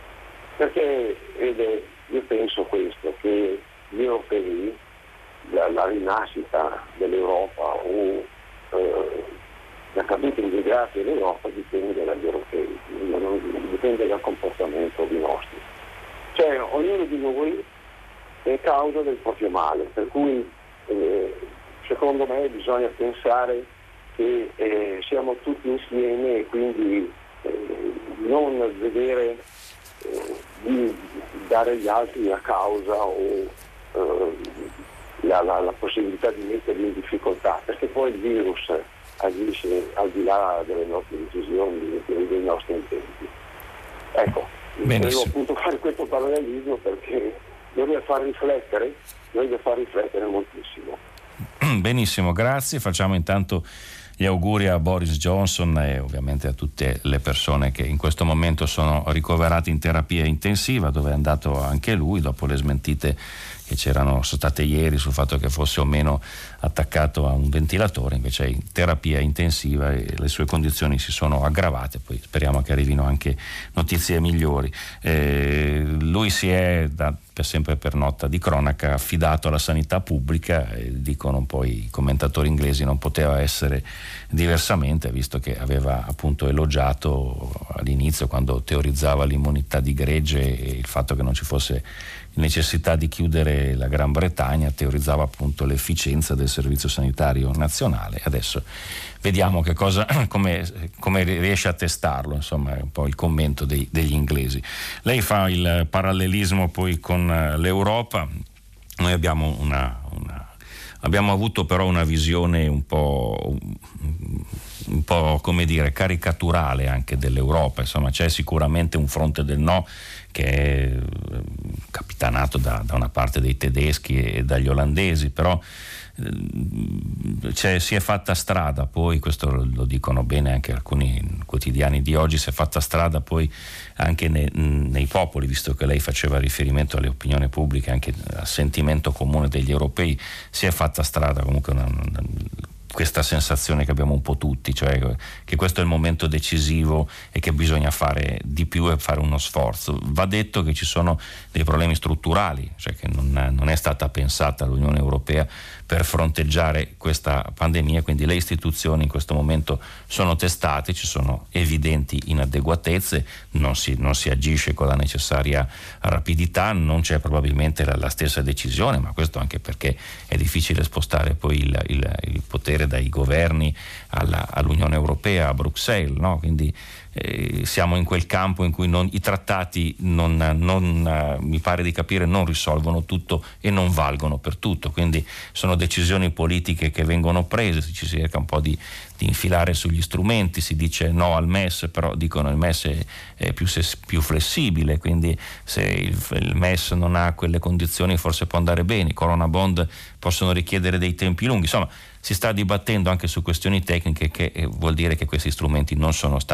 Perché vede, io penso questo, che gli europei, la, la rinascita dell'Europa o eh, la caduta integrata dell'Europa dipende dagli europei, non dipende dal comportamento dei nostri. Cioè ognuno di noi è causa del proprio male, per cui eh, secondo me bisogna pensare che eh, siamo tutti insieme e quindi eh, non vedere eh, di dare agli altri la causa o eh, la, la, la possibilità di metterli in difficoltà, perché poi il virus agisce al di là delle nostre decisioni e dei nostri intenti. Ecco, volevo appunto fare questo parallelismo perché deve far riflettere, deve far riflettere moltissimo. Benissimo, grazie. Facciamo intanto gli auguri a Boris Johnson e ovviamente a tutte le persone che in questo momento sono ricoverate in terapia intensiva, dove è andato anche lui dopo le smentite che c'erano state ieri sul fatto che fosse o meno attaccato a un ventilatore. Invece è in terapia intensiva e le sue condizioni si sono aggravate, poi speriamo che arrivino anche notizie migliori. Eh, lui si è da, per sempre per nota di cronaca affidato alla sanità pubblica e dicono poi i commentatori inglesi non poteva essere diversamente, visto che aveva appunto elogiato all'inizio, quando teorizzava l'immunità di gregge e il fatto che non ci fosse necessità di chiudere la Gran Bretagna, teorizzava appunto l'efficienza del servizio sanitario nazionale. Adesso vediamo che cosa, come, come riesce a testarlo, insomma è un po' il commento dei, degli inglesi. Lei fa il parallelismo poi con l'Europa. Noi abbiamo una, una abbiamo avuto però una visione un po' un po' come dire caricaturale anche dell'Europa, insomma c'è sicuramente un fronte del no che è capitanato da, da una parte dei tedeschi e dagli olandesi, però cioè, si è fatta strada poi, questo lo dicono bene anche alcuni quotidiani di oggi, si è fatta strada poi anche nei, nei popoli, visto che lei faceva riferimento alle opinioni pubbliche, anche al sentimento comune degli europei, si è fatta strada comunque una, una, questa sensazione che abbiamo un po' tutti, cioè che questo è il momento decisivo e che bisogna fare di più e fare uno sforzo. Va detto che ci sono dei problemi strutturali, cioè che non, non è stata pensata l'Unione Europea per fronteggiare questa pandemia, quindi le istituzioni in questo momento sono testate, ci sono evidenti inadeguatezze, non si, non si agisce con la necessaria rapidità, non c'è probabilmente la, la stessa decisione, ma questo anche perché è difficile spostare poi il, il, il potere dai governi alla, all'Unione Europea, a Bruxelles, no? Quindi eh, siamo in quel campo in cui non, i trattati non, non eh, mi pare di capire non risolvono tutto e non valgono per tutto, quindi sono decisioni politiche che vengono prese, ci si cerca un po' di, di infilare sugli strumenti, si dice no al M E S, però dicono il M E S è, è più, più flessibile, quindi se il, il M E S non ha quelle condizioni forse può andare bene, i Corona Bond possono richiedere dei tempi lunghi, insomma si sta dibattendo anche su questioni tecniche, che vuol dire che questi strumenti non sono stati pensati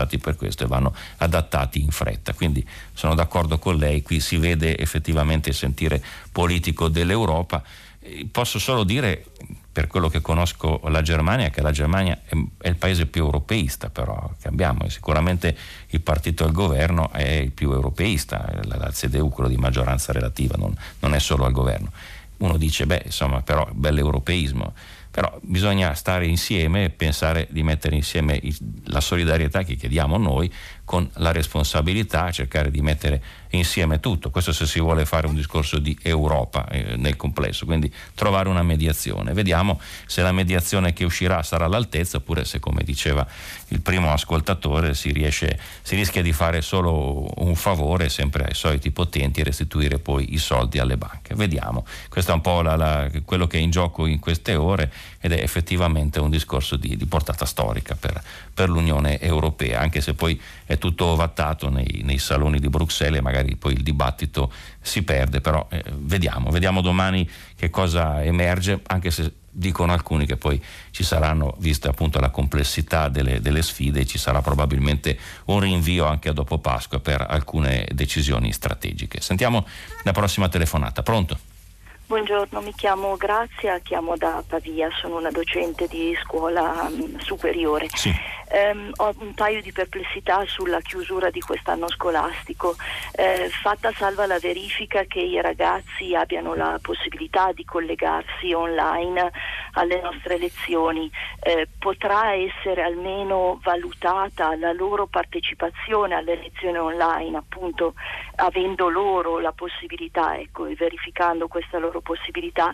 pensati per questo e vanno adattati in fretta. Quindi sono d'accordo con lei, qui si vede effettivamente il sentire politico dell'Europa. Posso solo dire, per quello che conosco la Germania, che la Germania è, è il paese più europeista però che abbiamo, e sicuramente il partito al governo è il più europeista, la, la C D U, quello di maggioranza relativa, non, non è solo al governo. Uno dice, beh, insomma, però bell'europeismo, però bisogna stare insieme e pensare di mettere insieme il, la solidarietà che chiediamo noi con la responsabilità, cercare di mettere insieme tutto. Questo se si vuole fare un discorso di Europa eh, nel complesso, quindi trovare una mediazione. Vediamo se la mediazione che uscirà sarà all'altezza, oppure se, come diceva il primo ascoltatore, si riesce, si rischia di fare solo un favore sempre ai soliti potenti e restituire poi i soldi alle banche. Vediamo, questo è un po' la, la, quello che è in gioco in queste ore, ed è effettivamente un discorso di, di portata storica per, per l'Unione Europea, anche se poi è tutto ovattato nei, nei saloni di Bruxelles e magari poi il dibattito si perde, però eh, vediamo, vediamo domani che cosa emerge, anche se dicono alcuni che poi ci saranno, vista appunto la complessità delle, delle sfide, ci sarà probabilmente un rinvio anche a dopo Pasqua per alcune decisioni strategiche. Sentiamo la prossima telefonata. Pronto? Buongiorno, mi chiamo Grazia, chiamo da Pavia, sono una docente di scuola um, superiore. Sì. Um, ho un paio di perplessità sulla chiusura di quest'anno scolastico. Eh, fatta salva la verifica che i ragazzi abbiano la possibilità di collegarsi online alle nostre lezioni, eh, potrà essere almeno valutata la loro partecipazione alle lezioni online, appunto avendo loro la possibilità, ecco, e verificando questa loro possibilità,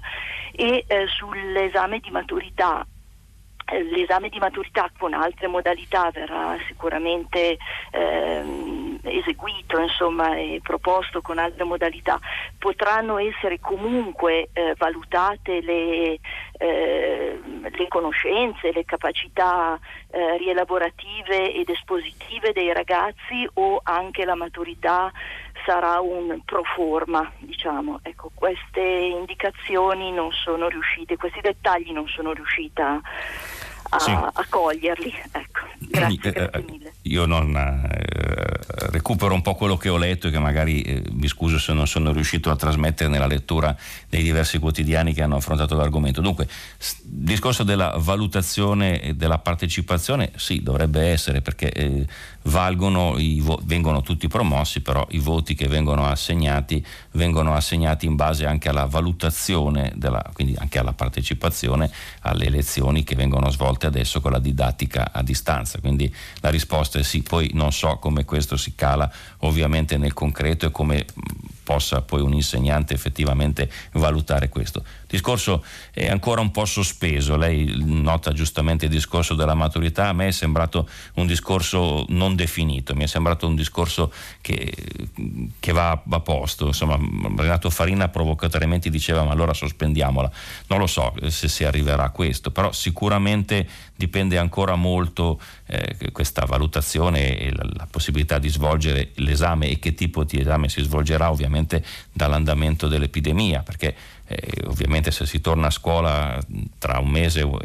e eh, sull'esame di maturità. L'esame di maturità con altre modalità verrà sicuramente ehm, eseguito, insomma, e proposto con altre modalità. Potranno essere comunque eh, valutate le, eh, le conoscenze, le capacità eh, rielaborative ed espositive dei ragazzi, o anche la maturità sarà un pro forma, diciamo. Ecco, queste indicazioni non sono riuscite, questi dettagli non sono riuscita a, sì. a coglierli. Ecco, grazie, grazie mille. Io non eh, recupero un po' quello che ho letto e che magari eh, mi scuso se non sono riuscito a trasmettere nella lettura dei diversi quotidiani che hanno affrontato l'argomento. Dunque, il discorso della valutazione e della partecipazione sì, dovrebbe essere, perché eh, valgono i vo- vengono tutti promossi, però i voti che vengono assegnati vengono assegnati in base anche alla valutazione della, quindi anche alla partecipazione alle lezioni che vengono svolte adesso con la didattica a distanza. Quindi la risposta è sì. Poi non so come questo si cala ovviamente nel concreto e come possa poi un insegnante effettivamente valutare questo. Il discorso è ancora un po' sospeso. Lei nota giustamente il discorso della maturità. A me è sembrato un discorso non definito, mi è sembrato un discorso che, che va a posto. Insomma, Renato Farina provocatoriamente diceva ma allora sospendiamola. Non lo so se si arriverà a questo, però sicuramente dipende ancora molto eh, questa valutazione e la, la possibilità di svolgere l'esame e che tipo di esame si svolgerà ovviamente dall'andamento dell'epidemia, perché Eh, ovviamente se si torna a scuola tra un mese o,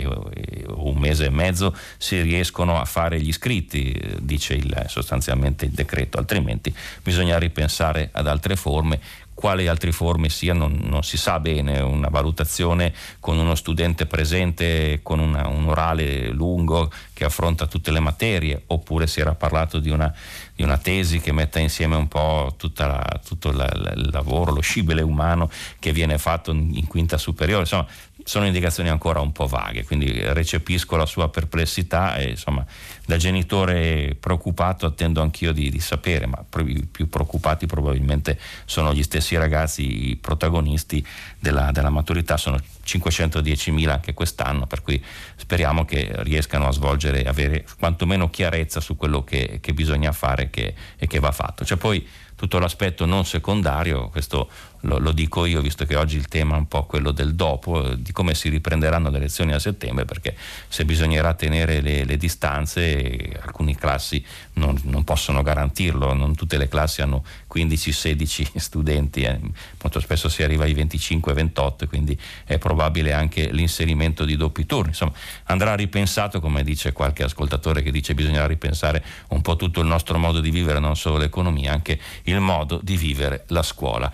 o un mese e mezzo si riescono a fare gli iscritti, eh, dice il, sostanzialmente il decreto, altrimenti bisogna ripensare ad altre forme. Quali altre forme siano non, non si sa bene. Una valutazione con uno studente presente, con una, un orale lungo che affronta tutte le materie, oppure si era parlato di una, di una tesi che metta insieme un po' tutta la, tutto la, la, il lavoro, lo scibile umano che viene fatto in, in quinta superiore. Insomma, sono indicazioni ancora un po' vaghe, quindi recepisco la sua perplessità e insomma da genitore preoccupato attendo anch'io di, di sapere, ma i più preoccupati probabilmente sono gli stessi ragazzi, i protagonisti della, della maturità. Sono cinquecentodiecimila anche quest'anno, per cui speriamo che riescano a svolgere, avere quantomeno chiarezza su quello che, che bisogna fare che, e che va fatto. C'è poi tutto l'aspetto non secondario, questo lo, lo dico io, visto che oggi il tema è un po' quello del dopo, di come si riprenderanno le lezioni a settembre, perché se bisognerà tenere le, le distanze, alcune classi non, non possono garantirlo, non tutte le classi hanno quindici sedici studenti, eh. molto spesso si arriva ai venticinque ventotto, quindi è probabile anche l'inserimento di doppi turni. Insomma, andrà ripensato, come dice qualche ascoltatore che dice bisognerà ripensare un po' tutto il nostro modo di vivere, non solo l'economia, anche il modo di vivere la scuola.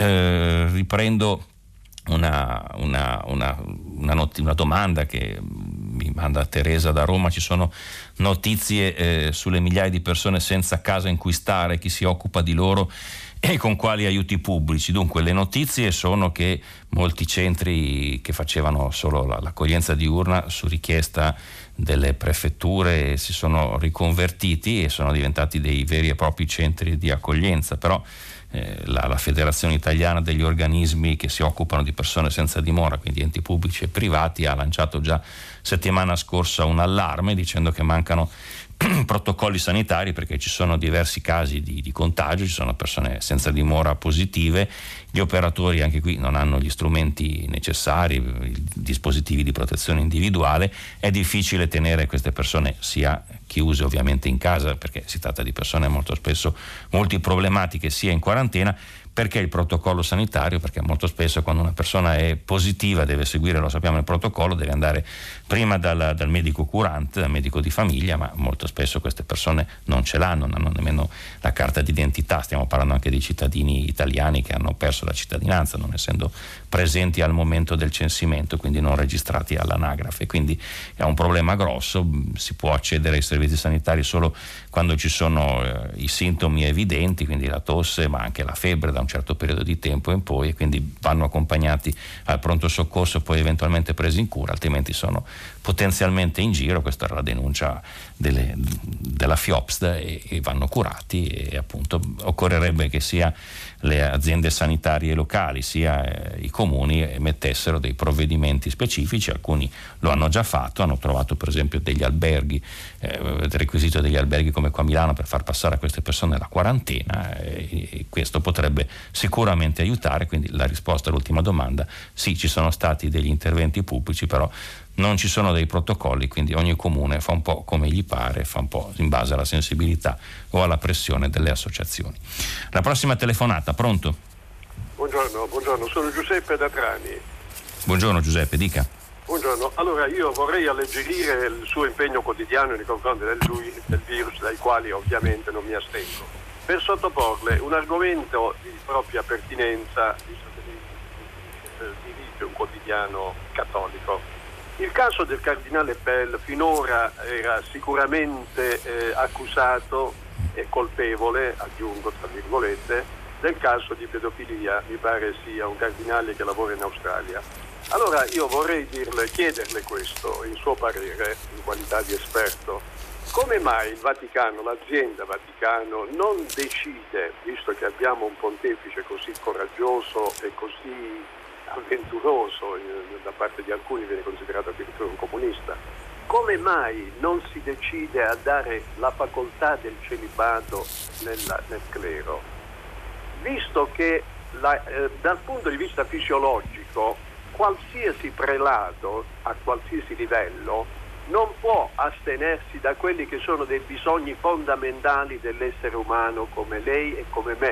Eh, riprendo una, una, una, una, not- una domanda che mi manda Teresa da Roma. Ci sono notizie eh, sulle migliaia di persone senza casa in cui stare, chi si occupa di loro e con quali aiuti pubblici. Dunque, le notizie sono che molti centri che facevano solo la, l'accoglienza diurna su richiesta delle prefetture si sono riconvertiti e sono diventati dei veri e propri centri di accoglienza, però eh, la, la Federazione Italiana degli Organismi che si occupano di persone senza dimora, quindi enti pubblici e privati, ha lanciato già settimana scorsa un allarme dicendo che mancano protocolli sanitari perché ci sono diversi casi di, di contagio, ci sono persone senza dimora positive, gli operatori anche qui non hanno gli strumenti necessari, i dispositivi di protezione individuale, è difficile tenere queste persone sia chiuse ovviamente in casa perché si tratta di persone molto spesso multiproblematiche, sia in quarantena. Perché il protocollo sanitario? Perché molto spesso quando una persona è positiva deve seguire, lo sappiamo, il protocollo, deve andare prima dal, dal medico curante, dal medico di famiglia, ma molto spesso queste persone non ce l'hanno, non hanno nemmeno la carta d'identità. Stiamo parlando anche di cittadini italiani che hanno perso la cittadinanza non essendo presenti al momento del censimento, quindi non registrati all'anagrafe. Quindi è un problema grosso, si può accedere ai servizi sanitari solo quando ci sono eh, i sintomi evidenti, quindi la tosse ma anche la febbre da un certo periodo di tempo in poi, e quindi vanno accompagnati al pronto soccorso e poi eventualmente presi in cura, altrimenti sono potenzialmente in giro. Questa era la denuncia delle, della FIOPSD, e, e vanno curati, e appunto occorrerebbe che sia le aziende sanitarie locali sia eh, i comuni emettessero dei provvedimenti specifici. Alcuni lo hanno già fatto, hanno trovato per esempio degli alberghi, eh, il requisito degli alberghi come qua a Milano per far passare a queste persone la quarantena, e, e questo potrebbe sicuramente aiutare. Quindi la risposta all'ultima domanda: sì, ci sono stati degli interventi pubblici, però non ci sono dei protocolli, quindi ogni comune fa un po' come gli pare, fa un po' in base alla sensibilità o alla pressione delle associazioni. La prossima telefonata, pronto? Buongiorno, buongiorno, sono Giuseppe da Trani. Buongiorno Giuseppe, dica. Buongiorno, allora io vorrei alleggerire il suo impegno quotidiano nei confronti del, del virus, dai quali ovviamente non mi astengo, per sottoporle un argomento di propria pertinenza, visto che dirige un quotidiano cattolico. Il caso del cardinale Pell finora era sicuramente eh, accusato e colpevole, aggiungo tra virgolette, del caso di pedofilia, mi pare sia un cardinale che lavora in Australia. Allora io vorrei dirle, chiederle questo, il suo parere, in qualità di esperto. Come mai il Vaticano, l'azienda Vaticano, non decide, visto che abbiamo un pontefice così coraggioso e così avventuroso, da parte di alcuni viene considerato addirittura un comunista, come mai non si decide a dare la facoltà del celibato nella, nel clero? Visto che la, eh, dal punto di vista fisiologico qualsiasi prelato a qualsiasi livello non può astenersi da quelli che sono dei bisogni fondamentali dell'essere umano, come lei e come me.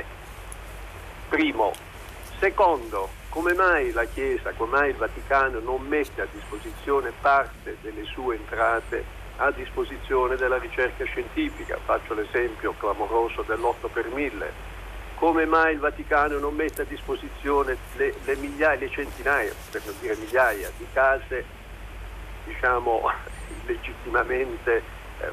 Primo. Secondo, come mai la Chiesa, come mai il Vaticano non mette a disposizione parte delle sue entrate a disposizione della ricerca scientifica? Faccio l'esempio clamoroso dell'otto per mille. Come mai il Vaticano non mette a disposizione le, le migliaia, le centinaia, per non dire migliaia, di case, diciamo, legittimamente eh,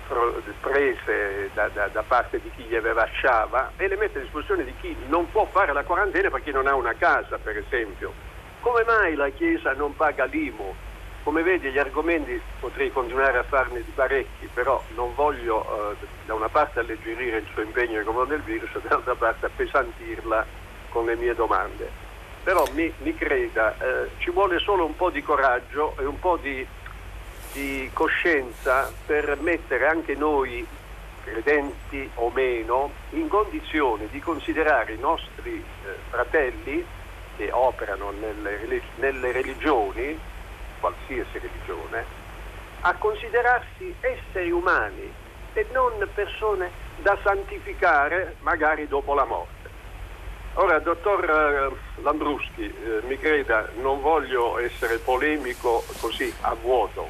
prese da, da, da parte di chi gli aveva sciava, e le mette a disposizione di chi non può fare la quarantena perché non ha una casa, per esempio? Come mai la Chiesa non paga l'I M U? Come vedi, gli argomenti potrei continuare a farne di parecchi, però non voglio eh, da una parte alleggerire il suo impegno nei confronti del virus, dall'altra parte appesantirla con le mie domande. Però mi, mi creda, eh, ci vuole solo un po' di coraggio e un po' di, di coscienza per mettere anche noi credenti o meno, in condizione di considerare i nostri eh, fratelli che operano nelle, nelle religioni, qualsiasi religione, a considerarsi esseri umani e non persone da santificare magari dopo la morte. Ora, dottor Lambruschi, eh, mi creda, non voglio essere polemico così a vuoto.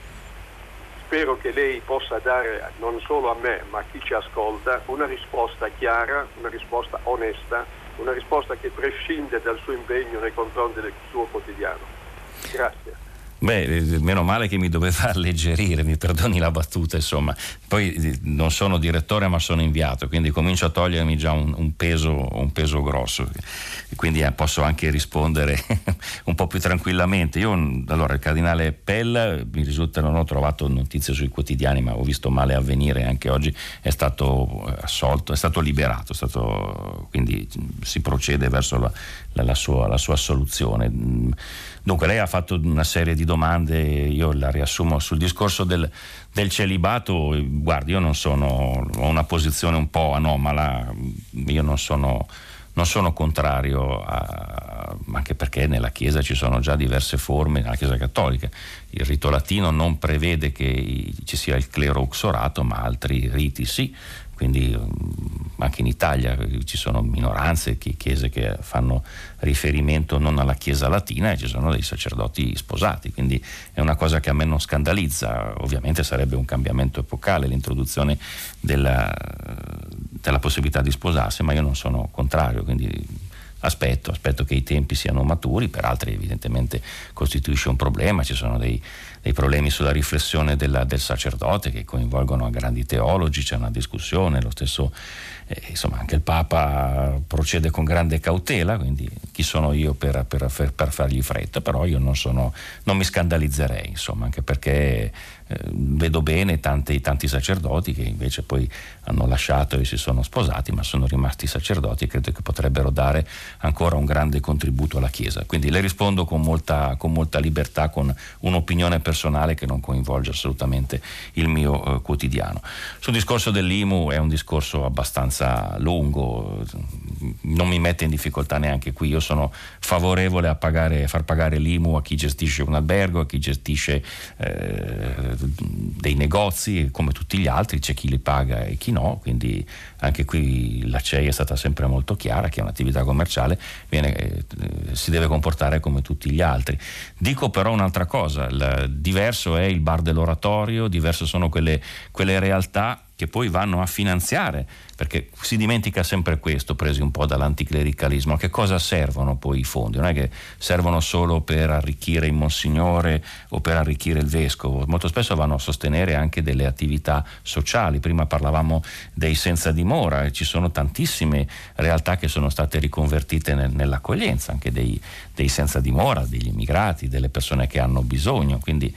Spero che lei possa dare, non solo a me, ma a chi ci ascolta, una risposta chiara, una risposta onesta, una risposta che prescinde dal suo impegno nei confronti del suo quotidiano. Grazie. Beh, meno male che mi doveva alleggerire, mi perdoni la battuta, insomma. Poi non sono direttore ma sono inviato, quindi comincio a togliermi già un, un peso un peso grosso, quindi eh, posso anche rispondere un po' più tranquillamente. Io, allora, il cardinale Pell, mi risulta, non ho trovato notizie sui quotidiani, ma ho visto male Avvenire, anche oggi è stato assolto, è stato liberato, è stato, quindi si procede verso la, la, la, sua, la sua assoluzione. Dunque, lei ha fatto una serie di domande, io la riassumo sul discorso del, del celibato. Guardi, io non sono, ho una posizione un po' anomala, io non sono, non sono contrario a, anche perché nella Chiesa ci sono già diverse forme, nella Chiesa cattolica il rito latino non prevede che ci sia il clero uxorato, ma altri riti sì. Quindi anche in Italia ci sono minoranze, chiese che fanno riferimento non alla Chiesa latina, e ci sono dei sacerdoti sposati, quindi è una cosa che a me non scandalizza. Ovviamente sarebbe un cambiamento epocale l'introduzione della, della possibilità di sposarsi, ma io non sono contrario, quindi aspetto, aspetto che i tempi siano maturi. Per altri evidentemente costituisce un problema, ci sono dei, dei problemi sulla riflessione della, del sacerdote che coinvolgono grandi teologi, c'è una discussione, lo stesso eh, insomma anche il Papa procede con grande cautela, quindi chi sono io per, per, per, per fargli fretta, però io non sono, non mi scandalizzerei, insomma, anche perché eh, vedo bene tanti, tanti sacerdoti che invece poi hanno lasciato e si sono sposati, ma sono rimasti sacerdoti e credo che potrebbero dare ancora un grande contributo alla Chiesa. Quindi le rispondo con molta, con molta libertà, con un'opinione personale che non coinvolge assolutamente il mio eh, quotidiano. Sul discorso dell'I M U è un discorso abbastanza lungo, non mi mette in difficoltà neanche qui. Io sono favorevole a pagare, a far pagare l'I M U a chi gestisce un albergo, a chi gestisce eh, dei negozi, come tutti gli altri, c'è chi li paga e chi no, quindi anche qui la C E I è stata sempre molto chiara che è un'attività commerciale, viene, eh, si deve comportare come tutti gli altri. Dico però un'altra cosa, il, diverso è il bar dell'oratorio, diverso sono quelle, quelle realtà che poi vanno a finanziare, perché si dimentica sempre questo, presi un po' dall'anticlericalismo. A che cosa servono poi i fondi? Non è che servono solo per arricchire il Monsignore o per arricchire il Vescovo, molto spesso vanno a sostenere anche delle attività sociali. Prima parlavamo dei senza dimora, e ci sono tantissime realtà che sono state riconvertite nel, nell'accoglienza, anche dei, dei senza dimora, degli immigrati, delle persone che hanno bisogno, quindi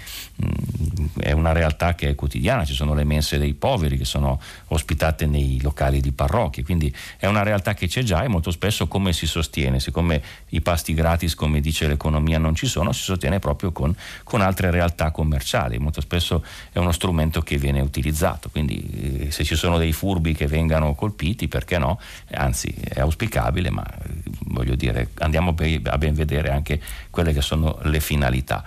mh, è una realtà che è quotidiana. Ci sono le mense dei poveri che sono ospitate nei locali di parrocchie, quindi è una realtà che c'è già, e molto spesso come si sostiene? Siccome i pasti gratis, come dice l'economia, non ci sono, si sostiene proprio con, con altre realtà commerciali. Molto spesso è uno strumento che viene utilizzato, quindi eh, se ci sono dei furbi che vengano colpiti, perché no? Anzi, è auspicabile, ma eh, voglio dire, andiamo a ben vedere anche quelle che sono le finalità.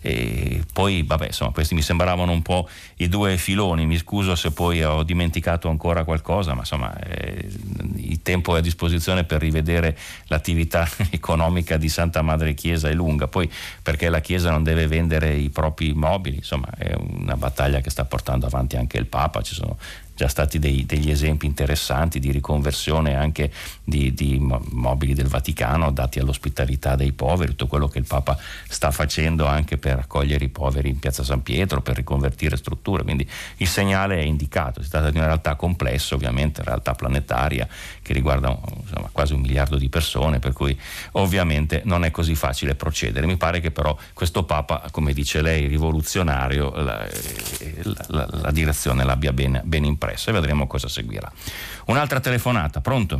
E poi vabbè, insomma, questi mi sembravano un po' i due filoni. Mi scuso se poi ho dimenticato ancora qualcosa, ma insomma eh, il tempo è a disposizione per rivedere l'attività economica di Santa Madre Chiesa è lunga, poi perché la Chiesa non deve vendere i propri immobili, insomma è una battaglia che sta portando avanti anche il Papa. Ci sono già stati dei, degli esempi interessanti di riconversione anche di, di mobili del Vaticano dati all'ospitalità dei poveri, tutto quello che il Papa sta facendo anche per accogliere i poveri in Piazza San Pietro, per riconvertire strutture, quindi il segnale è indicato. Si tratta di una realtà complessa, ovviamente, una realtà planetaria che riguarda insomma, quasi un miliardo di persone, per cui ovviamente non è così facile procedere. Mi pare che però questo Papa, come dice lei, rivoluzionario, la, la, la, la direzione l'abbia ben, ben imparata e vedremo cosa seguirà. Un'altra telefonata, pronto?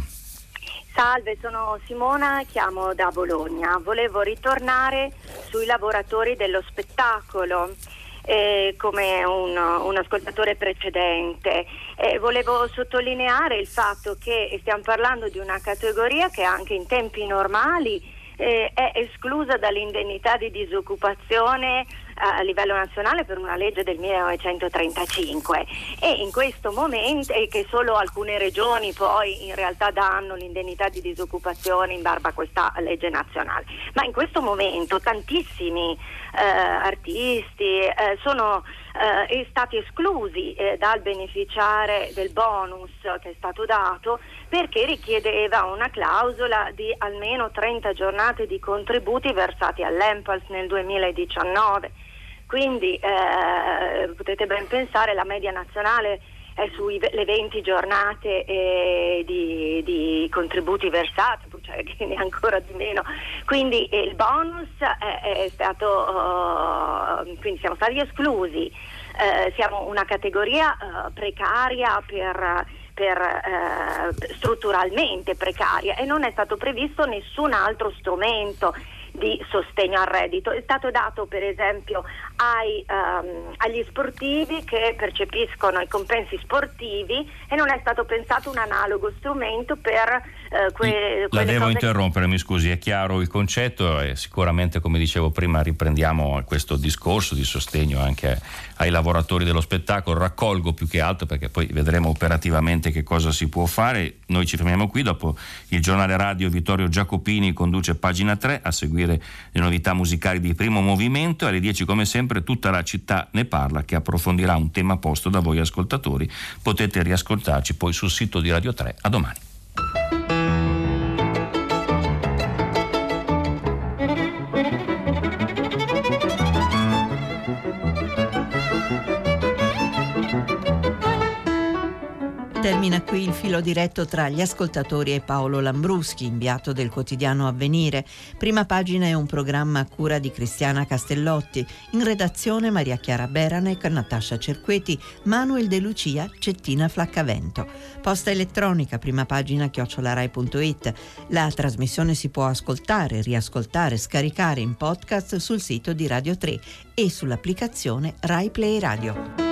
Salve, sono Simona, chiamo da Bologna. Volevo ritornare sui lavoratori dello spettacolo, eh, come un, un ascoltatore precedente. E volevo sottolineare il fatto che stiamo parlando di una categoria che anche in tempi normali eh, è esclusa dall'indennità di disoccupazione a livello nazionale per una legge del millenovecentotrentacinque, e in questo momento, e che solo alcune regioni poi in realtà danno l'indennità di disoccupazione in barba a questa legge nazionale, ma in questo momento tantissimi eh, artisti eh, sono eh, stati esclusi eh, dal beneficiare del bonus che è stato dato, perché richiedeva una clausola di almeno trenta giornate di contributi versati all'Enpals nel duemiladiciannove. Quindi eh, potete ben pensare, la media nazionale è sulle venti giornate eh, di, di contributi versati, cioè che ne ancora di meno. Quindi eh, il bonus è, è stato, uh, quindi siamo stati esclusi, uh, siamo una categoria uh, precaria per... per eh, strutturalmente precaria, e non è stato previsto nessun altro strumento di sostegno al reddito. È stato dato per esempio ai, um, agli sportivi che percepiscono i compensi sportivi, e non è stato pensato un analogo strumento per uh, que- La devo cose... interrompere, mi scusi, è chiaro il concetto e sicuramente, come dicevo prima, riprendiamo questo discorso di sostegno anche ai lavoratori dello spettacolo. Raccolgo più che altro perché poi vedremo operativamente che cosa si può fare. Noi ci fermiamo qui, dopo il giornale radio Vittorio Giacopini conduce Pagina tre, a seguire le novità musicali di Primo Movimento, e alle dieci come sempre Tutta la città ne parla, che approfondirà un tema posto da voi ascoltatori. Potete riascoltarci poi sul sito di Radio tre. A domani. Termina qui il filo diretto tra gli ascoltatori e Paolo Lambruschi, inviato del quotidiano Avvenire. Prima Pagina è un programma a cura di Cristiana Castellotti, in redazione Maria Chiara Beranec, Natascia Cerqueti, Manuel De Lucia, Cettina Flaccavento. Posta elettronica primapagina chiocciola rai punto it. La trasmissione si può ascoltare, riascoltare, scaricare in podcast sul sito di Radio tre e sull'applicazione Rai Play Radio.